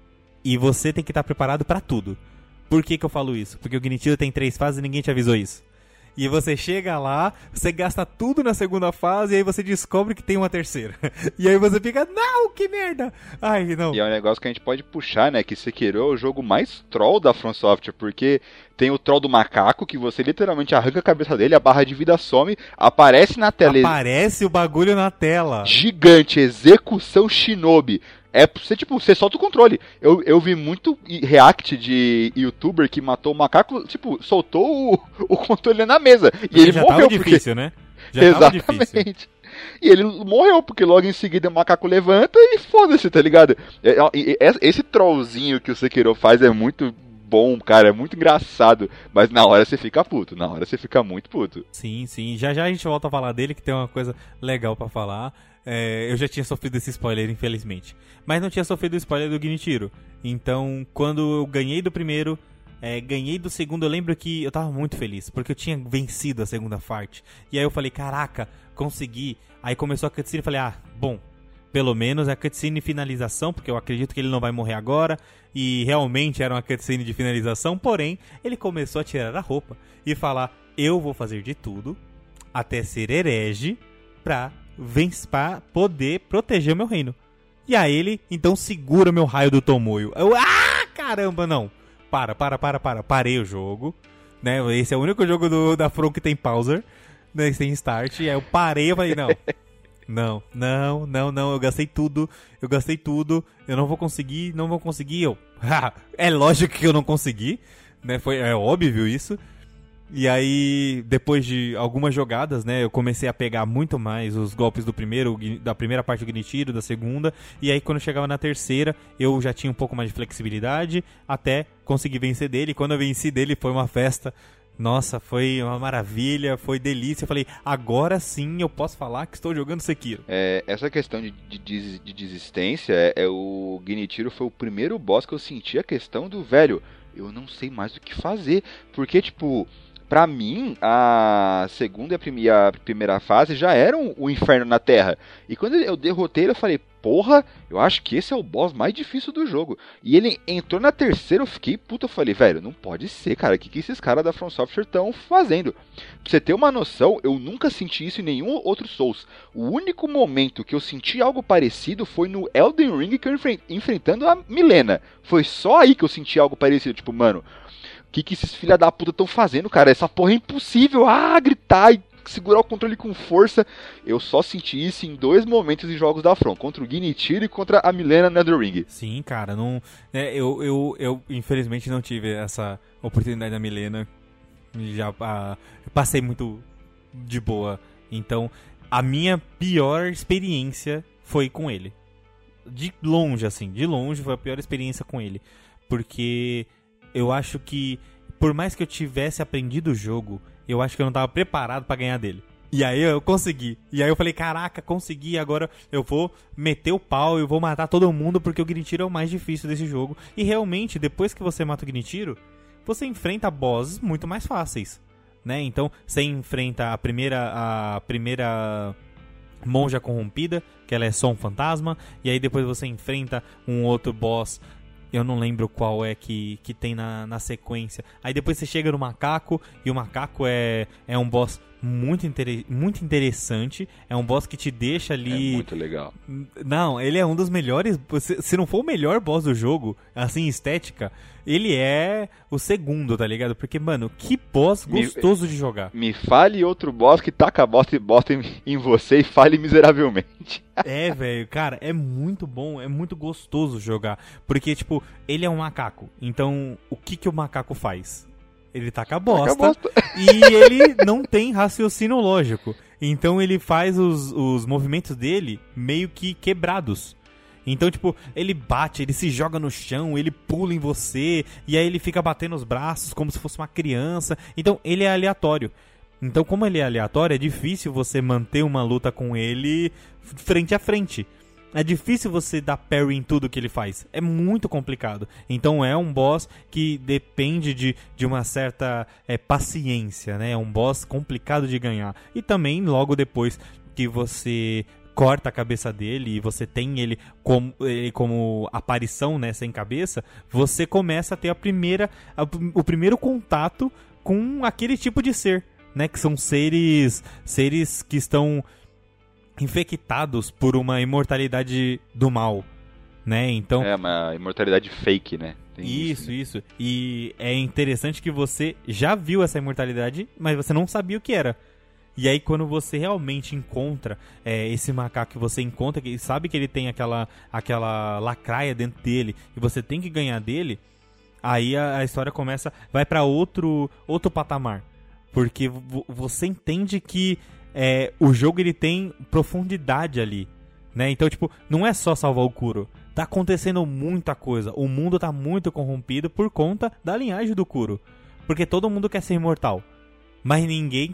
e você tem que estar preparado pra tudo. Por que eu falo isso? Porque o Genichiro tem 3 fases e ninguém te avisou isso. E você chega lá, você gasta tudo na segunda fase e aí você descobre que tem uma terceira. E aí você fica, não, que merda! Ai, não. E é um negócio que a gente pode puxar, né? Que Sekiro é o jogo mais troll da From Software, porque tem o troll do macaco, que você literalmente arranca a cabeça dele, a barra de vida some, aparece na tela. Aparece o bagulho na tela. Gigante, execução shinobi. Você solta o controle. Eu vi muito react de youtuber que matou o macaco, soltou o controle na mesa. Porque e ele já morreu. Tava difícil, né? Já Exatamente. tava difícil. E ele morreu, porque logo em seguida o macaco levanta e foda-se, tá ligado? Esse trollzinho que o Sekiro faz é muito bom, cara, é muito engraçado. Mas na hora você fica puto, na hora você fica muito puto. Sim. Já a gente volta a falar dele, que tem uma coisa legal pra falar. Eu já tinha sofrido esse spoiler, infelizmente. Mas não tinha sofrido o spoiler do Genichiro. Então, quando eu ganhei do primeiro, ganhei do segundo, eu lembro que eu tava muito feliz, porque eu tinha vencido a segunda parte. E aí eu falei, caraca, consegui. Aí começou a cutscene e falei, bom, pelo menos é a cutscene de finalização, porque eu acredito que ele não vai morrer agora. E realmente era uma cutscene de finalização, porém, ele começou a tirar a roupa e falar, eu vou fazer de tudo até ser herege pra poder proteger o meu reino. E aí ele, então, segura o meu raio do Tomoyo. Eu, caramba, não. Parei o jogo, né? Esse é o único jogo da From que tem pauser, né? Tem start. E aí eu parei e falei, não, eu gastei tudo, eu não vou conseguir, é lógico que eu não consegui, né? É óbvio isso. E aí, depois de algumas jogadas, né, eu comecei a pegar muito mais os golpes da primeira parte do Genichiro, da segunda, e aí quando chegava na terceira, eu já tinha um pouco mais de flexibilidade, até conseguir vencer dele. E quando eu venci dele, foi uma festa. Nossa, foi uma maravilha, foi delícia. Eu falei, agora sim eu posso falar que estou jogando Sekiro. Essa questão de desistência, o Genichiro foi o primeiro boss que eu senti a questão do, velho, eu não sei mais o que fazer. Porque, pra mim, a segunda e a primeira fase já eram o inferno na Terra. E quando eu derrotei ele, eu falei, porra, eu acho que esse é o boss mais difícil do jogo. E ele entrou na terceira, eu fiquei puto, eu falei, velho, não pode ser, cara, o que esses caras da From Software estão fazendo? Pra você ter uma noção, eu nunca senti isso em nenhum outro Souls. O único momento que eu senti algo parecido foi no Elden Ring, que eu enfrentando a Milena. Foi só aí que eu senti algo parecido, tipo, mano, o que esses filha da puta estão fazendo, cara? Essa porra é impossível, gritar e segurar o controle com força. Eu só senti isso em 2 momentos em jogos da From, contra o Genichiro e contra a Milena no Elden Ring. Sim, cara, não, eu infelizmente não tive essa oportunidade da Milena. Já passei muito de boa. Então, a minha pior experiência foi com ele. De longe, assim, foi a pior experiência com ele. Porque eu acho que, por mais que eu tivesse aprendido o jogo, eu acho que eu não tava preparado pra ganhar dele. E aí eu consegui. E aí eu falei, caraca, consegui, agora eu vou meter o pau, eu vou matar todo mundo, porque o Genichiro é o mais difícil desse jogo. E realmente, depois que você mata o Genichiro, você enfrenta bosses muito mais fáceis, né? Então, você enfrenta a primeira monja corrompida, que ela é só um fantasma, e aí depois você enfrenta um outro boss, eu não lembro qual é que tem na sequência. Aí depois você chega no macaco, e o macaco é um boss muito interessante. É um boss que te deixa ali... É muito legal. Não, ele é um dos melhores... Se não for o melhor boss do jogo, assim, estética, ele é o segundo, tá ligado? Porque, mano, que boss gostoso de jogar. Me fale outro boss que taca a bosta em você e fale miseravelmente. É, velho, cara, é muito bom, é muito gostoso jogar. Porque, tipo, ele é um macaco. Então, o que o macaco faz? Ele taca a bosta e ele não tem raciocínio lógico. Então ele faz os movimentos dele meio que quebrados. Então, tipo, ele bate, ele se joga no chão, ele pula em você, e aí ele fica batendo os braços como se fosse uma criança. Então ele é aleatório. Então, como ele é aleatório, é difícil você manter uma luta com ele frente a frente. É difícil você dar parry em tudo que ele faz. É muito complicado. Então é um boss que depende de uma certa paciência, né? É um boss complicado de ganhar. E também, logo depois que você corta a cabeça dele e você tem ele como aparição, né, sem cabeça, você começa a ter o primeiro contato com aquele tipo de ser, né? Que são seres que estão infectados por uma imortalidade do mal, né? Então, é uma imortalidade fake, né? Tem isso. E é interessante que você já viu essa imortalidade, mas você não sabia o que era. E aí, quando você realmente encontra esse macaco que você encontra, que sabe que ele tem aquela lacraia dentro dele, e você tem que ganhar dele, aí a história vai pra outro patamar. Porque você entende que o jogo ele tem profundidade ali, né? Então, tipo, não é só salvar o Kuro. Tá acontecendo muita coisa. O mundo tá muito corrompido por conta da linhagem do Kuro. Porque todo mundo quer ser imortal. Mas ninguém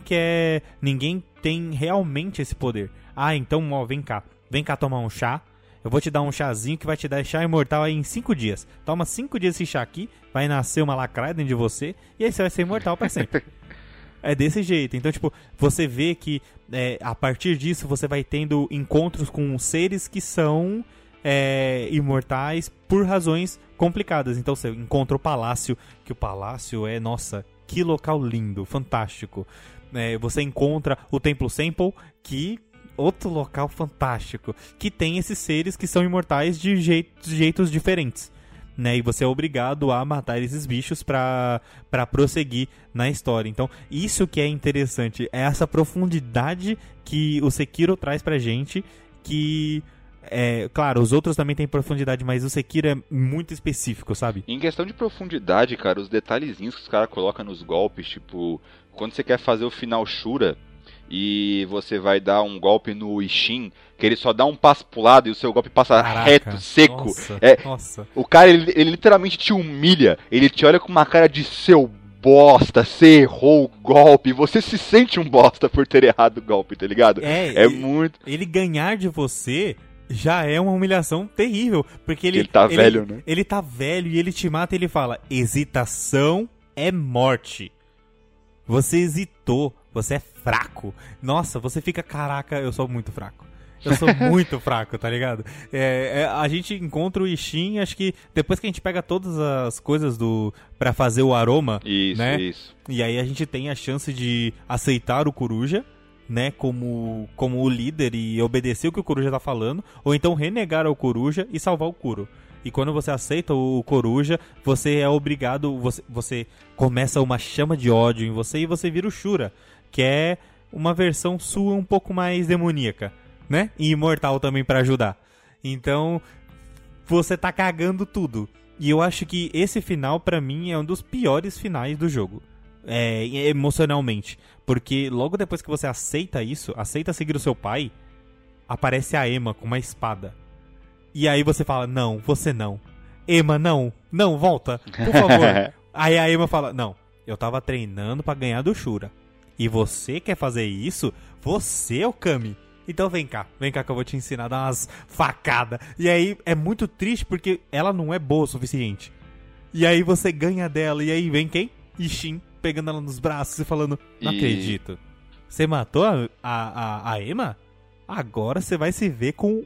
tem realmente esse poder. Então, ó, vem cá tomar um chá. Eu vou te dar um chazinho que vai te deixar imortal aí em 5 dias. Toma 5 dias esse chá aqui, vai nascer uma lacraia dentro de você, e aí você vai ser imortal pra sempre. É desse jeito. Então, tipo, você vê que a partir disso você vai tendo encontros com seres que são imortais por razões complicadas. Então você encontra o palácio, que o palácio nossa, que local lindo, fantástico. Você encontra o Templo Sample, que outro local fantástico, que tem esses seres que são imortais de jeitos diferentes. Né, e você é obrigado a matar esses bichos pra prosseguir na história. Então, isso que é interessante, é essa profundidade que o Sekiro traz pra gente, que, claro, os outros também têm profundidade, mas o Sekiro é muito específico, sabe? Em questão de profundidade, cara, os detalhezinhos que os caras colocam nos golpes, tipo, quando você quer fazer o final Shura, e você vai dar um golpe no Ishin, que ele só dá um passo pro lado e o seu golpe passa reto, seco. Nossa. O cara, ele literalmente te humilha. Ele te olha com uma cara de seu bosta, você errou o golpe. Você se sente um bosta por ter errado o golpe, tá ligado? Muito... Ele ganhar de você já é uma humilhação terrível. Porque ele tá velho, né? Ele tá velho e ele te mata e ele fala: hesitação é morte. Você hesitou. Você é fraco. Nossa, você fica, caraca, eu sou muito fraco. Eu sou muito fraco, tá ligado? A gente encontra o Ishin, acho que depois que a gente pega todas as coisas pra fazer o aroma, né? Isso. E aí a gente tem a chance de aceitar o Coruja, né? Como o líder e obedecer o que o Coruja tá falando. Ou então renegar ao Coruja e salvar o Kuro. E quando você aceita o Coruja, você é obrigado... Você começa uma chama de ódio em você e você vira o Shura, que é uma versão sua um pouco mais demoníaca, né? E imortal também pra ajudar. Então, você tá cagando tudo. E eu acho que esse final, pra mim, é um dos piores finais do jogo. Emocionalmente. Porque logo depois que você aceita isso, aceita seguir o seu pai, aparece a Emma com uma espada. E aí você fala, não, você não. Emma, não, volta, por favor. Aí a Emma fala, não, eu tava treinando pra ganhar do Shura. E você quer fazer isso? Você é o Kami. Então vem cá que eu vou te ensinar a dar umas facadas. E aí é muito triste porque ela não é boa o suficiente. E aí você ganha dela, e aí vem quem? Ishin, pegando ela nos braços e falando, não acredito. Você matou a Emma? Agora você vai se ver com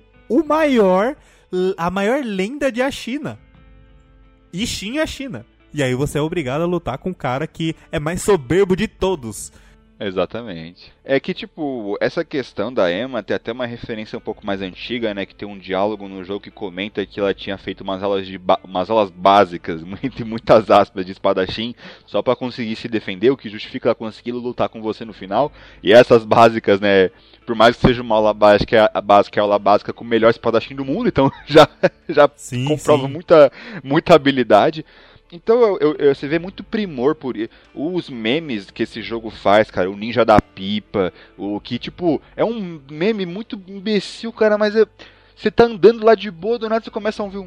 a maior lenda de Ashina. Ishin e Ashina. E aí você é obrigado a lutar com o cara que é mais soberbo de todos. Exatamente. É que, tipo, essa questão da Emma tem até uma referência um pouco mais antiga, né? Que tem um diálogo no jogo que comenta que ela tinha feito umas aulas básicas, entre muitas aspas, de espadachim, só pra conseguir se defender, o que justifica ela conseguir lutar com você no final. E essas básicas, né? Por mais que seja uma aula básica, é a aula básica com o melhor espadachim do mundo, então já comprova muita habilidade. Então você vê muito primor por os memes que esse jogo faz, cara, o ninja da pipa, o que, tipo, é um meme muito imbecil, cara, mas você tá andando lá de boa, do nada você começa a ouvir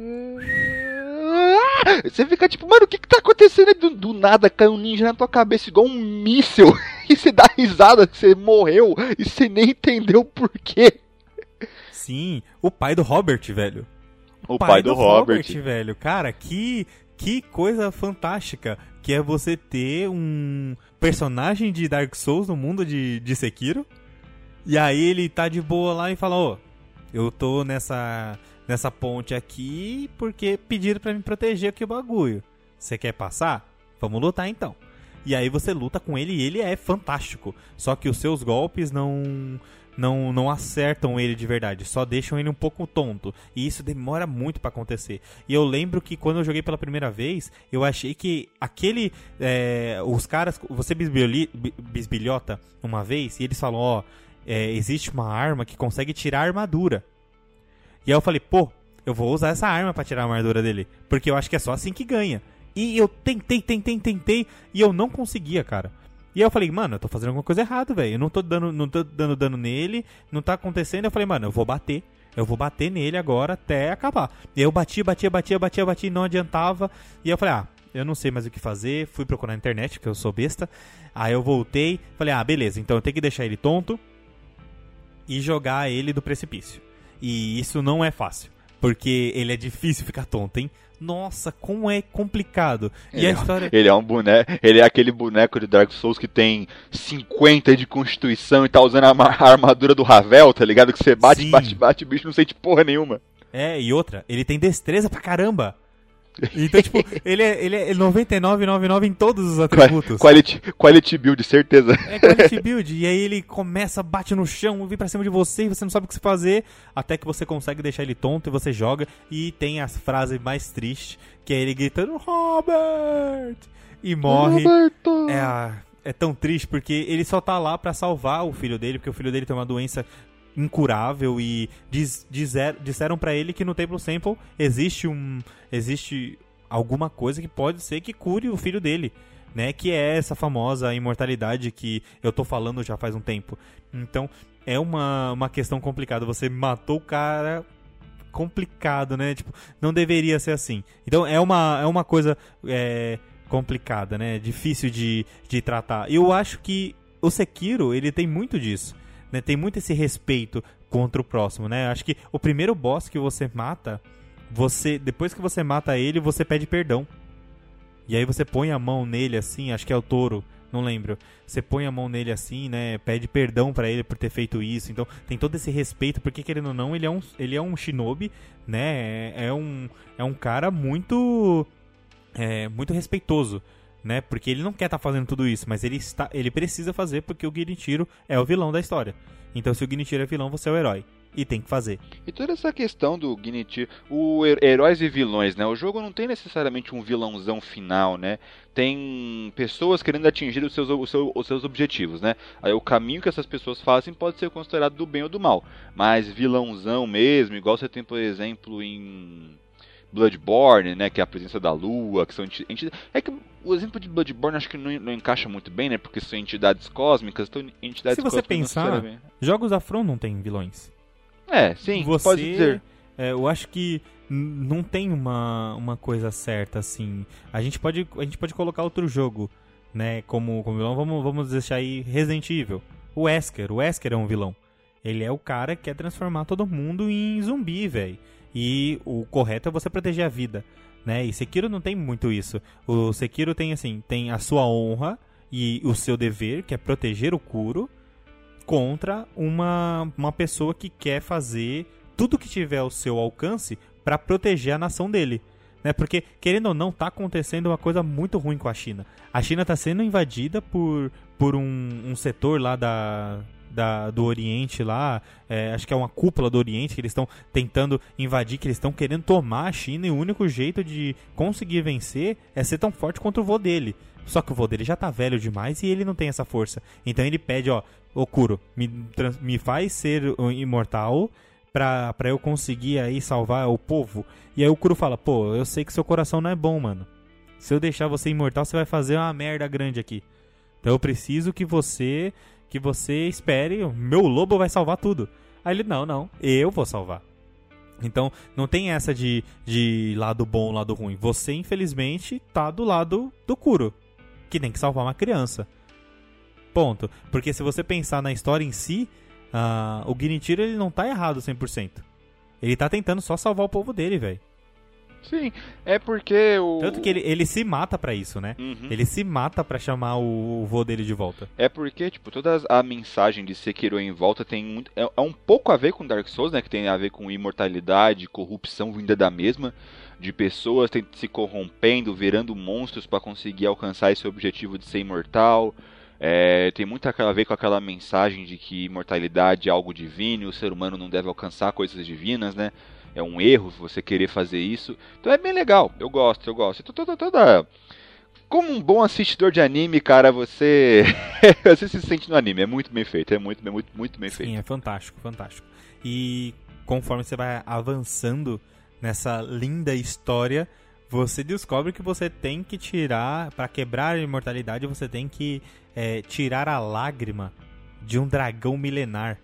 você fica tipo, mano, o que tá acontecendo? Do nada cai um ninja na tua cabeça igual um míssil, e você dá risada que você morreu, e você nem entendeu por quê. Sim, o pai do Robert, velho. O pai do Robert, velho, cara, Que coisa fantástica que é você ter um personagem de Dark Souls no mundo de Sekiro. E aí ele tá de boa lá e fala, eu tô nessa ponte aqui porque pediram pra me proteger aqui o bagulho. Você quer passar? Vamos lutar então. E aí você luta com ele e ele é fantástico. Só que os seus golpes não acertam ele de verdade, só deixam ele um pouco tonto. E isso demora muito pra acontecer. E eu lembro que quando eu joguei pela primeira vez, eu achei que os caras... Você bisbilhota uma vez e eles falam, existe uma arma que consegue tirar a armadura. E aí eu falei, eu vou usar essa arma pra tirar a armadura dele, porque eu acho que é só assim que ganha. E eu tentei, e eu não conseguia, cara. E aí eu falei, mano, eu tô fazendo alguma coisa errada, velho. Eu não tô dando dano nele, não tá acontecendo. Eu falei, mano, eu vou bater nele agora até acabar. E aí eu bati, não adiantava. E aí eu falei, eu não sei mais o que fazer. Fui procurar na internet, porque eu sou besta. Aí eu voltei, falei, beleza, então eu tenho que deixar ele tonto e jogar ele do precipício. E isso não é fácil, porque ele é difícil ficar tonto, hein? Nossa, como é complicado. E a história... Ele é um boneco, ele é aquele boneco de Dark Souls que tem 50 de constituição e tá usando a armadura do Ravel, tá ligado? Que você bate, o bicho não sente porra nenhuma. E outra, ele tem destreza pra caramba. Então, tipo, ele é 99,99 em todos os atributos. Quality build, certeza. É quality build. E aí ele começa, bate no chão, vem pra cima de você e você não sabe o que você fazer. Até que você consegue deixar ele tonto e você joga. E tem as frases mais tristes, que é ele gritando, Robert! E morre. Roberto! É tão triste porque ele só tá lá pra salvar o filho dele, porque o filho dele tem uma doença incurável e disseram pra ele que no Temple Sample existe alguma coisa que pode ser que cure o filho dele, né? Que é essa famosa imortalidade que eu tô falando já faz um tempo. Então é uma questão complicada. Você matou o cara, complicado, né? Tipo, não deveria ser assim. Então é uma coisa complicada, né? Difícil de tratar. Eu acho que o Sekiro, ele tem muito disso. Né, tem muito esse respeito contra o próximo, né? Acho que o primeiro boss que você mata, depois que você mata ele, você pede perdão. E aí você põe a mão nele assim, acho que é o touro, não lembro. Você põe a mão nele assim, né? Pede perdão pra ele por ter feito isso. Então tem todo esse respeito, porque querendo ou não, ele é um shinobi, né? É um cara muito respeitoso, né? Porque ele não quer estar fazendo tudo isso, mas ele precisa fazer porque o Genichiro é o vilão da história. Então se o Genichiro é vilão, você é o herói. E tem que fazer. E toda essa questão do Genichiro, heróis e vilões, né? O jogo não tem necessariamente um vilãozão final, né? Tem pessoas querendo atingir os seus objetivos, né? Aí o caminho que essas pessoas fazem pode ser considerado do bem ou do mal. Mas vilãozão mesmo, igual você tem, por exemplo, em Bloodborne, né, que é a presença da lua, que são entidades... É que o exemplo de Bloodborne acho que não encaixa muito bem, né, porque são entidades cósmicas, então entidades Se você cósmicas pensar, jogos da From não tem vilões. Sim, pode dizer. Eu acho que não tem uma coisa certa, assim. A gente pode colocar outro jogo, né, como vilão. Vamos deixar aí Resident Evil. O Wesker é um vilão. Ele é o cara que quer transformar todo mundo em zumbi, velho. E o correto é você proteger a vida, né? E Sekiro não tem muito isso. O Sekiro tem a sua honra e o seu dever, que é proteger o Kuro, contra uma pessoa que quer fazer tudo que tiver ao seu alcance para proteger a nação dele, né? Porque, querendo ou não, tá acontecendo uma coisa muito ruim com a China. A China tá sendo invadida por um setor lá do Oriente lá, acho que é uma cúpula do Oriente que eles estão tentando invadir, que eles estão querendo tomar a China, e o único jeito de conseguir vencer é ser tão forte contra o vô dele. Só que o vô dele já tá velho demais e ele não tem essa força. Então ele pede, ô Kuro, me faz ser imortal pra eu conseguir aí salvar o povo. E aí o Kuro fala, pô, eu sei que seu coração não é bom, mano. Se eu deixar você imortal, você vai fazer uma merda grande aqui. Então eu preciso que você espere, o meu lobo vai salvar tudo. Aí ele, não, eu vou salvar. Então, não tem essa de lado bom, lado ruim. Você, infelizmente, tá do lado do Kuro, que tem que salvar uma criança. Ponto. Porque se você pensar na história em si, o Genichiro, ele não tá errado 100%. Ele tá tentando só salvar o povo dele, velho. Sim, é porque Tanto que ele se mata pra isso, né? Uhum. Ele se mata pra chamar o vô dele de volta. É porque, tipo, toda a mensagem de Sekiro em volta tem muito... É um pouco a ver com Dark Souls, né? Que tem a ver com imortalidade, corrupção vinda da mesma. De pessoas se corrompendo, virando monstros pra conseguir alcançar esse objetivo de ser imortal. Tem muito a ver com aquela mensagem de que imortalidade é algo divino e o ser humano não deve alcançar coisas divinas, né? É um erro você querer fazer isso. Então é bem legal. Eu gosto. Toda... Como um bom assistidor de anime, cara, você se sente no anime. É muito bem feito. É muito bem feito. Sim, é fantástico. E conforme você vai avançando nessa linda história, você descobre que você tem que tirar... Para quebrar a imortalidade, você tem que tirar a lágrima de um dragão milenar.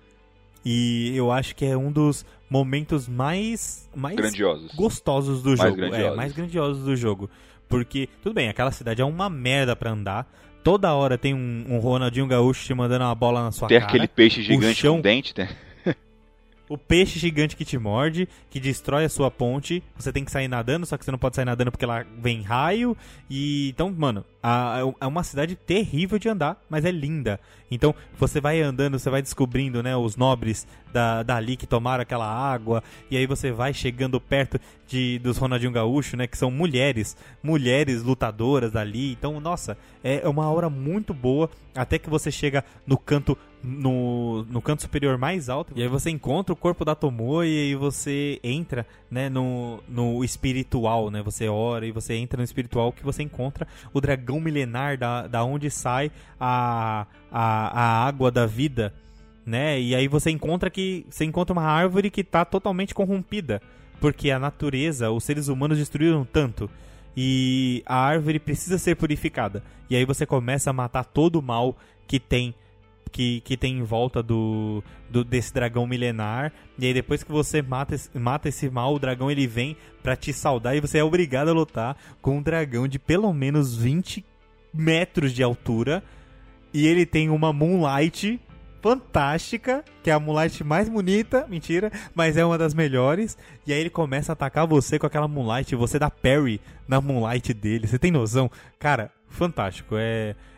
E eu acho que é um dos momentos mais grandiosos, gostosos do jogo. Mais grandiosos do jogo. Porque, tudo bem, aquela cidade é uma merda pra andar. Toda hora tem um Ronaldinho Gaúcho te mandando uma bola na sua cara. Tem aquele peixe gigante com dente, né? O peixe gigante que te morde, que destrói a sua ponte. Você tem que sair nadando, só que você não pode sair nadando porque lá vem raio. E então, mano, é uma cidade terrível de andar, mas é linda. Então, você vai andando, você vai descobrindo, né, os nobres dali que tomaram aquela água. E aí você vai chegando perto dos Ronaldinho Gaúcho, né, que são mulheres lutadoras dali. Então, nossa, é uma hora muito boa, até que você chega no canto superior mais alto, e aí você encontra o corpo da Tomoe, e aí você entra, né, no espiritual, né, você ora e você entra no espiritual, que você encontra o dragão milenar da onde sai a água da vida, né, e aí você encontra uma árvore que está totalmente corrompida, porque a natureza, os seres humanos destruíram tanto, e a árvore precisa ser purificada, e aí você começa a matar todo o mal que tem em volta desse dragão milenar. E aí depois que você mata esse mal, o dragão ele vem pra te saudar. E você é obrigado a lutar com um dragão de pelo menos 20 metros de altura. E ele tem uma Moonlight fantástica, que é a Moonlight mais bonita, mentira, mas é uma das melhores. E aí ele começa a atacar você com aquela Moonlight, e você dá parry na Moonlight dele. Você tem noção? Cara, fantástico.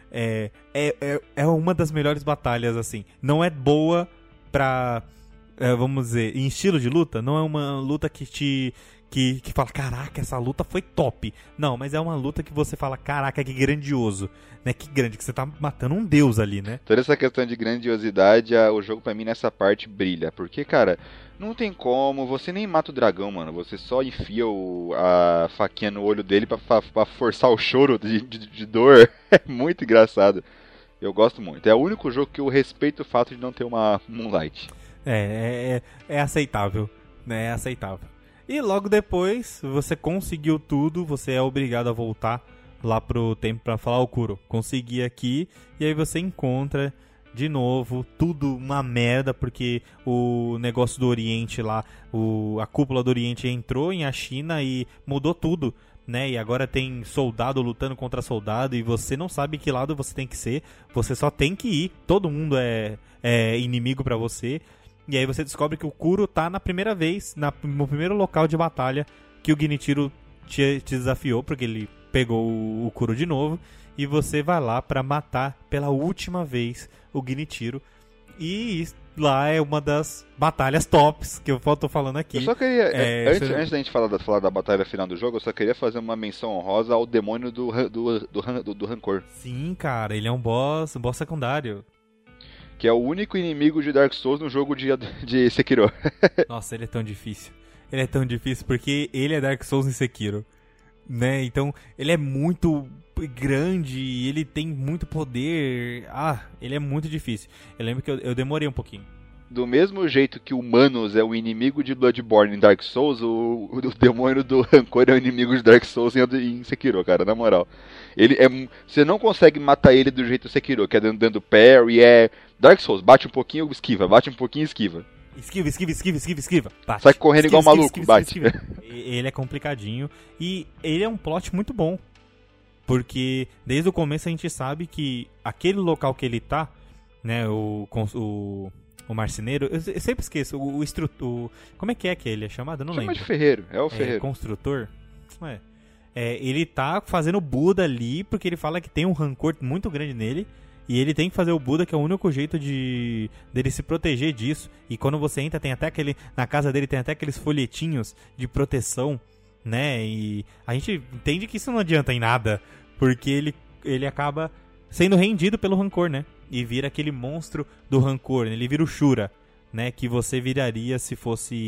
é uma das melhores batalhas, assim. Não é boa pra, vamos dizer, em estilo de luta, não é uma luta que fala, caraca, essa luta foi top. Não, mas é uma luta que você fala, caraca, que grandioso, né? Que grande, que você tá matando um deus ali, né? Toda essa questão de grandiosidade, o jogo pra mim nessa parte brilha. Porque, cara, não tem como, você nem mata o dragão, mano. Você só enfia a faquinha no olho dele pra forçar o choro de dor. É muito engraçado. Eu gosto muito. É o único jogo que eu respeito o fato de não ter uma Moonlight. É aceitável, né? É aceitável. E logo depois, você conseguiu tudo, você é obrigado a voltar lá pro templo pra falar, Kuro, consegui aqui, e aí você encontra de novo tudo uma merda, porque o negócio do Oriente lá, a cúpula do Oriente entrou em a China e mudou tudo, né? E agora tem soldado lutando contra soldado, e você não sabe que lado você tem que ser, você só tem que ir, todo mundo é inimigo pra você. E aí você descobre que o Kuro tá na primeira vez, no primeiro local de batalha que o Genichiro te desafiou, porque ele pegou o Kuro de novo, e você vai lá pra matar pela última vez o Genichiro. E lá é uma das batalhas tops que eu tô falando aqui. Eu só queria, antes da gente falar da batalha final do jogo, eu só queria fazer uma menção honrosa ao demônio do rancor. Sim, cara, ele é um boss secundário. Que é o único inimigo de Dark Souls no jogo de Sekiro. Nossa, ele é tão difícil. Ele é tão difícil porque ele é Dark Souls em Sekiro, né? Então, ele é muito grande, ele tem muito poder. Ele é muito difícil. Eu lembro que eu demorei um pouquinho. Do mesmo jeito que o Manos é o inimigo de Bloodborne em Dark Souls, o demônio do rancor é o inimigo de Dark Souls em Sekiro, cara, na moral. Você não consegue matar ele do jeito Sekiro, que é dando parry, Dark Souls, bate um pouquinho, esquiva, bate um pouquinho, esquiva. Esquiva. Bate. Sai correndo igual maluco, bate. Ele é complicadinho e ele é um plot muito bom. Porque desde o começo a gente sabe que aquele local que ele tá, né, o marceneiro, eu sempre esqueço, o instrutor, como é que ele é chamado? Eu não lembro. Chama de ferreiro, é o ferreiro. Construtor? Ele tá fazendo o Buda ali porque ele fala que tem um rancor muito grande nele. E ele tem que fazer o Buda, que é o único jeito dele se proteger disso. E quando você entra, tem até na casa dele tem até aqueles folhetinhos de proteção, né? E a gente entende que isso não adianta em nada, porque ele acaba sendo rendido pelo rancor, né? E vira aquele monstro do rancor, né? Ele vira o Shura, né? Que você viraria se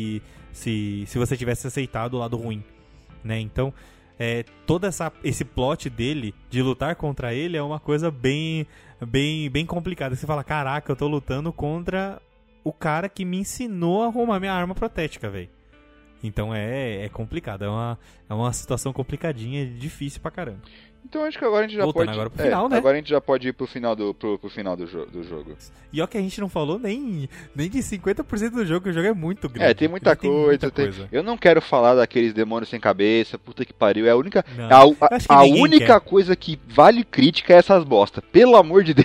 você tivesse aceitado o lado ruim, né? Então, todo esse plot dele, de lutar contra ele, é uma coisa bem complicada. Você fala, caraca, eu tô lutando contra o cara que me ensinou a arrumar minha arma protética, velho. Então é complicado, é uma situação complicadinha, difícil pra caramba. Então acho que agora a gente já Voltando pode... agora pro final, né? Agora a gente já pode ir pro final do jogo. E ó que a gente não falou nem de 50% do jogo, que o jogo é muito grande. Tem muita coisa. Eu não quero falar daqueles demônios sem cabeça, puta que pariu. É a única, a única coisa que vale crítica é essas bosta. Pelo amor de Deus.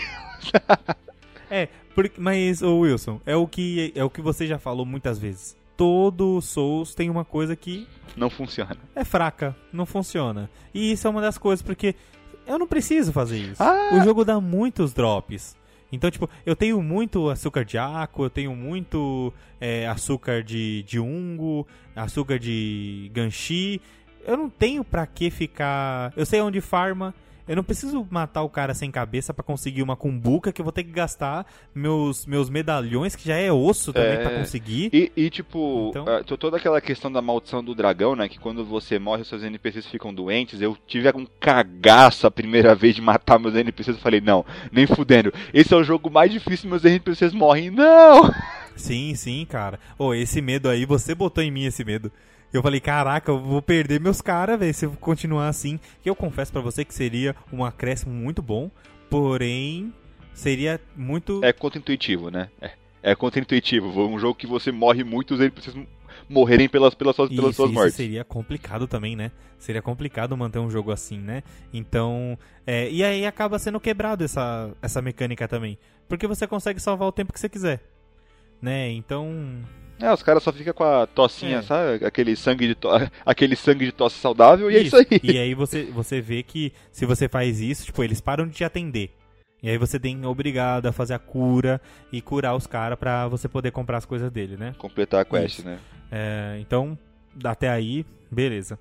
Mas, Wilson, é o que você já falou muitas vezes. Todo Souls tem uma coisa que não funciona. É fraca, não funciona. E isso é uma das coisas, porque eu não preciso fazer isso. O jogo dá muitos drops. Então, tipo, eu tenho muito açúcar de Aku, eu tenho muito açúcar de Ungo, açúcar de Ganshi. Eu não tenho pra que ficar... Eu sei onde farma. Eu não preciso matar o cara sem cabeça pra conseguir uma cumbuca, que eu vou ter que gastar meus medalhões, que já é osso também pra conseguir. E tipo, então... toda aquela questão da maldição do dragão, né? Que quando você morre, os seus NPCs ficam doentes. Eu tive um cagaço a primeira vez de matar meus NPCs. Eu falei, não, nem fudendo. Esse é o jogo mais difícil, meus NPCs morrem. Não! Sim, cara. Esse medo aí, você botou em mim esse medo. Eu falei, caraca, eu vou perder meus caras, velho, se eu continuar assim. Que eu confesso pra você que seria um acréscimo muito bom, porém, seria muito... É contra-intuitivo, né? É contra-intuitivo. Um jogo que você morre muito, os NPCs morrerem pelas suas mortes. Isso seria complicado também, né? Seria complicado manter um jogo assim, né? Então, e aí acaba sendo quebrado essa mecânica também. Porque você consegue salvar o tempo que você quiser, né? Então... os caras só ficam com a tossinha, sabe? Aquele sangue de tosse saudável, e é isso aí. E aí você vê que se você faz isso, tipo, eles param de te atender. E aí você tem obrigado a fazer a cura e curar os caras pra você poder comprar as coisas dele, né? Completar a quest, né? Então, até aí, beleza.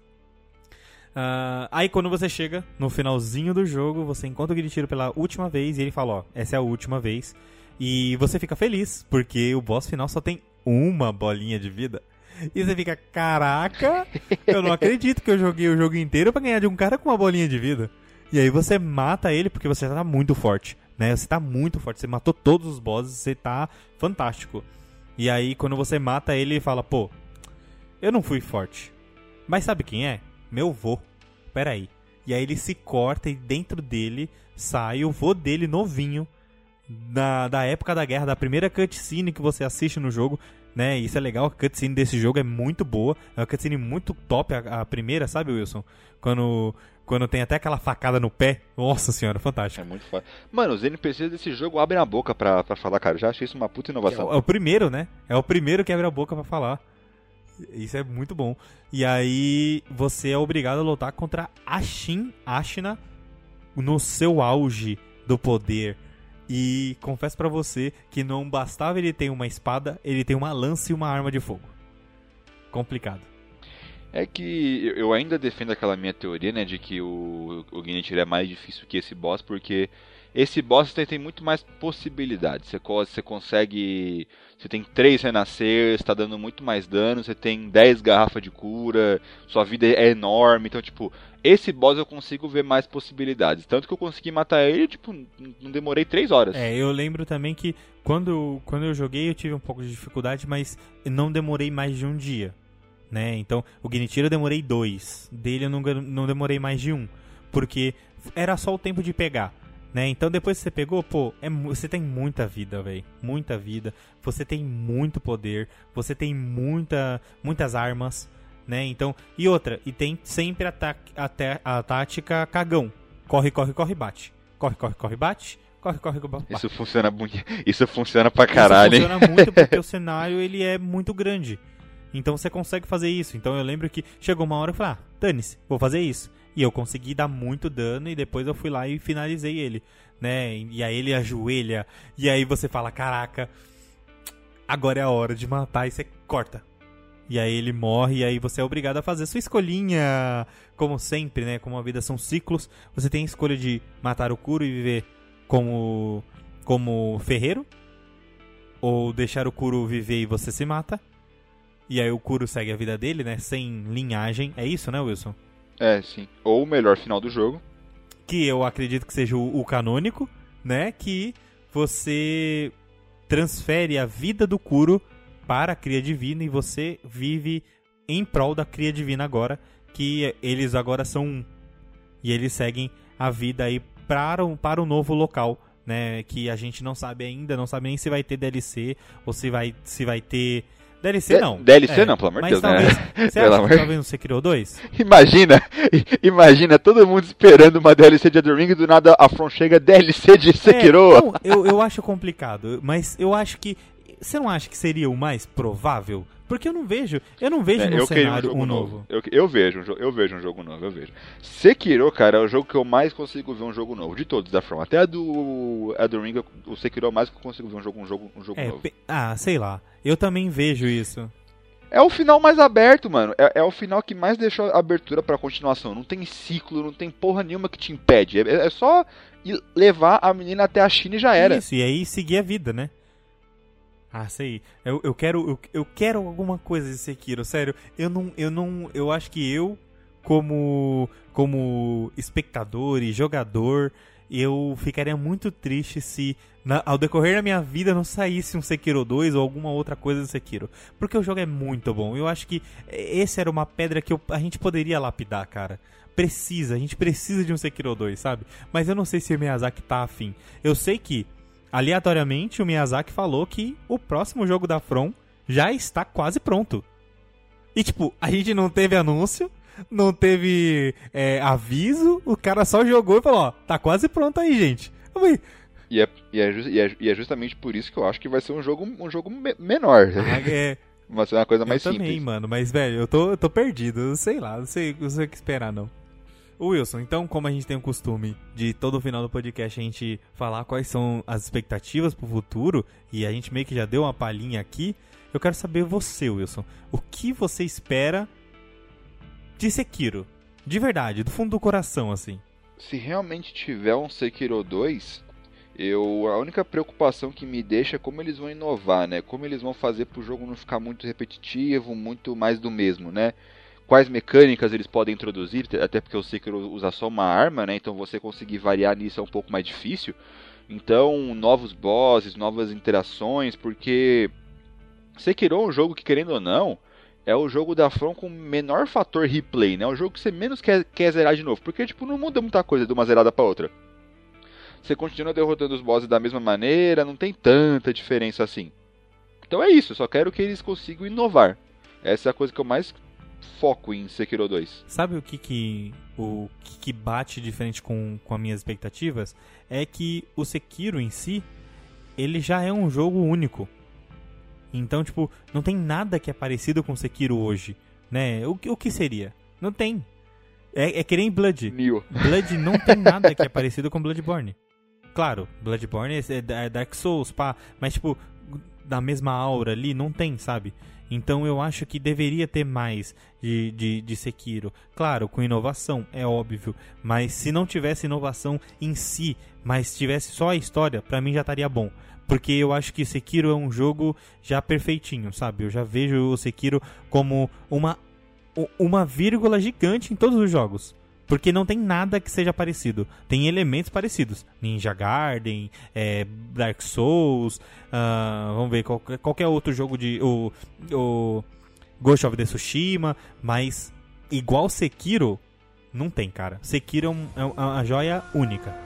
Aí quando você chega no finalzinho do jogo, você encontra o Genichiro pela última vez e ele fala, ó, essa é a última vez. E você fica feliz, porque o boss final só tem uma bolinha de vida. E você fica, caraca, eu não acredito que eu joguei o jogo inteiro pra ganhar de um cara com uma bolinha de vida. E aí você mata ele porque você tá muito forte, né? Você tá muito forte, você matou todos os bosses, você tá fantástico. E aí quando você mata ele, ele fala, pô, eu não fui forte. Mas sabe quem é? Meu vô. Pera aí. E aí ele se corta e dentro dele sai o vô dele novinho, da época da guerra, da primeira cutscene que você assiste no jogo, né? Isso é legal, a cutscene desse jogo é muito boa, é uma cutscene muito top, a primeira, sabe, Wilson? Quando tem até aquela facada no pé, nossa senhora, fantástico. É muito foda. Mano, os NPCs desse jogo abrem a boca pra falar, cara, eu já achei isso uma puta inovação. É o primeiro, né? É o primeiro que abre a boca pra falar. Isso é muito bom. E aí você é obrigado a lutar contra Ashina no seu auge do poder. E confesso pra você que não bastava ele ter uma espada, ele tem uma lança e uma arma de fogo. Complicado. É que eu ainda defendo aquela minha teoria, né, de que o Genichiro é mais difícil que esse boss, porque esse boss tem muito mais possibilidades. Você consegue... Você tem 3 renascer, você tá dando muito mais dano, você tem 10 garrafas de cura, sua vida é enorme. Então, tipo, esse boss eu consigo ver mais possibilidades. Tanto que eu consegui matar ele, tipo, não demorei 3 horas. Eu lembro também que quando eu joguei eu tive um pouco de dificuldade, mas não demorei mais de um dia, né? Então, o Genichiro eu demorei 2, dele eu não demorei mais de 1, porque era só o tempo de pegar. Né? Então depois que você pegou, pô, você tem muita vida, velho. Muita vida. Você tem muito poder. Você tem muitas armas, né? Então, e outra, e tem sempre a tática cagão. Corre, corre, corre, bate. Corre, corre, corre, bate. Corre, corre, corre, bate. Isso funciona muito. Isso funciona pra caralho. Isso funciona muito porque o cenário ele é muito grande. Então você consegue fazer isso. Então eu lembro que chegou uma hora que eu falei, dane-se, vou fazer isso. E eu consegui dar muito dano e depois eu fui lá e finalizei ele, né? E aí ele ajoelha e aí você fala, caraca, agora é a hora de matar e você corta. E aí ele morre e aí você é obrigado a fazer sua escolhinha, como sempre, né? Como a vida são ciclos, você tem a escolha de matar o Kuro e viver como ferreiro, ou deixar o Kuro viver e você se mata. E aí o Kuro segue a vida dele, né? Sem linhagem. É isso, né, Wilson? É, sim. Ou o melhor final do jogo. Que eu acredito que seja o canônico, né? Que você transfere a vida do Kuro para a Cria Divina e você vive em prol da Cria Divina agora. Que eles agora são um. E eles seguem a vida aí para o novo local, né? Que a gente não sabe ainda, não sabe nem se vai ter DLC ou se vai ter... DLC não. DLC não, pelo amor de Deus, talvez, né? Você acha que talvez no Sekiro 2? Imagina todo mundo esperando uma DLC de Elden Ring e do nada a From chega DLC de Sekiro. Não, eu acho complicado, mas eu acho que... Você não acha que seria o mais provável? Porque eu não vejo no cenário um novo. Eu vejo um jogo novo, eu vejo. Sekiro, cara, é o jogo que eu mais consigo ver um jogo novo, de todos da From. Até a do Elden Ring, o Sekiro é o mais que eu consigo ver um jogo novo. Sei lá. Eu também vejo isso. É o final mais aberto, mano. É o final que mais deixou abertura pra continuação. Não tem ciclo, não tem porra nenhuma que te impede. É só levar a menina até a China e já era. Isso, e aí seguir a vida, né? Sei. Eu quero alguma coisa de Sekiro, sério. Eu acho que eu, como espectador e jogador, eu ficaria muito triste se ao decorrer da minha vida não saísse um Sekiro 2 ou alguma outra coisa do Sekiro. Porque o jogo é muito bom. Eu acho que essa era uma pedra que a gente poderia lapidar, cara. A gente precisa de um Sekiro 2, sabe? Mas eu não sei se o Miyazaki tá afim. Eu sei que aleatoriamente, o Miyazaki falou que o próximo jogo da From já está quase pronto. E tipo, a gente não teve anúncio, não teve aviso, o cara só jogou e falou, ó, tá quase pronto aí, gente. E é justamente por isso que eu acho que vai ser um jogo menor. Vai ser uma coisa mais simples. Eu também, mano, mas velho, eu tô perdido, sei lá, não sei o que esperar não. Wilson, então, como a gente tem o costume de todo final do podcast a gente falar quais são as expectativas pro futuro, e a gente meio que já deu uma palhinha aqui, eu quero saber você, Wilson, o que você espera de Sekiro? De verdade, do fundo do coração, assim. Se realmente tiver um Sekiro 2, a única preocupação que me deixa é como eles vão inovar, né? Como eles vão fazer pro jogo não ficar muito repetitivo, muito mais do mesmo, né? Quais mecânicas eles podem introduzir, até porque o Sekiro usa só uma arma, né? Então você conseguir variar nisso é um pouco mais difícil. Então, novos bosses, novas interações, porque Sekiro é um jogo que, querendo ou não, é o jogo da From com menor fator replay, né? É o jogo que você menos quer zerar de novo, porque tipo, não muda muita coisa de uma zerada pra outra. Você continua derrotando os bosses da mesma maneira, não tem tanta diferença assim. Então é isso, eu só quero que eles consigam inovar. Essa é a coisa que eu mais foco em Sekiro 2. Sabe o que bate diferente com as minhas expectativas? É que o Sekiro em si, ele já é um jogo único. Então, tipo, não tem nada que é parecido com Sekiro hoje, né? O que seria? Não tem. É que nem Blood. Nioh. Blood não tem nada que é parecido com Bloodborne. Claro, Bloodborne é Dark Souls, pá, mas tipo, da mesma aura ali, não tem, sabe? Então eu acho que deveria ter mais de Sekiro. Claro, com inovação, é óbvio. Mas se não tivesse inovação em si, mas tivesse só a história, pra mim já estaria bom. Porque eu acho que Sekiro é um jogo já perfeitinho, sabe? Eu já vejo o Sekiro como uma vírgula gigante em todos os jogos. Porque não tem nada que seja parecido. Tem elementos parecidos. Ninja Gaiden, Dark Souls, vamos ver, qualquer outro jogo de... O Ghost of Tsushima, mas igual Sekiro, não tem, cara. Sekiro é uma joia única.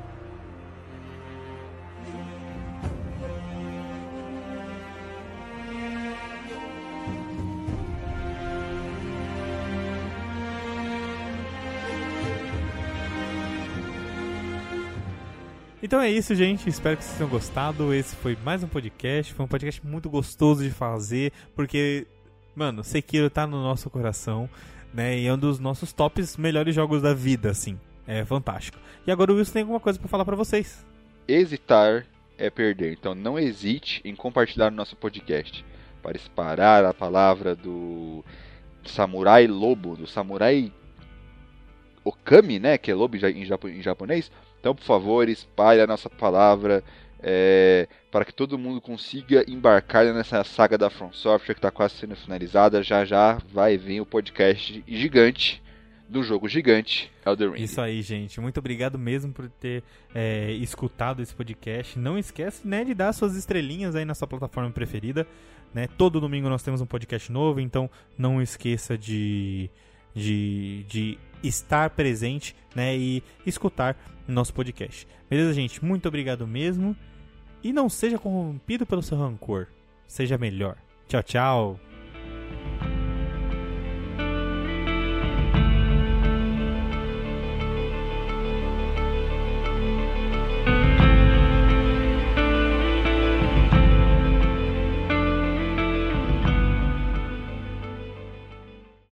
Então é isso, gente. Espero que vocês tenham gostado. Esse foi mais um podcast. Foi um podcast muito gostoso de fazer, porque, mano, Sekiro tá no nosso coração, né? E é um dos nossos tops melhores jogos da vida, assim. É fantástico. E agora o Wilson tem alguma coisa pra falar pra vocês. Hesitar é perder. Então não hesite em compartilhar o nosso podcast. Para espalhar a palavra do Samurai Lobo, do Samurai Okami, né? Que é lobo em japonês. Então, por favor, espalhe a nossa palavra para que todo mundo consiga embarcar nessa saga da From Software que está quase sendo finalizada. Já já vai vir o podcast gigante do jogo gigante Elden Ring. Isso aí, gente. Muito obrigado mesmo por ter escutado esse podcast. Não esquece, né, de dar suas estrelinhas aí na sua plataforma preferida, né? Todo domingo nós temos um podcast novo, então não esqueça de estar presente, né, e escutar nosso podcast. Beleza, gente? Muito obrigado mesmo. E não seja corrompido pelo seu rancor. Seja melhor. Tchau, tchau.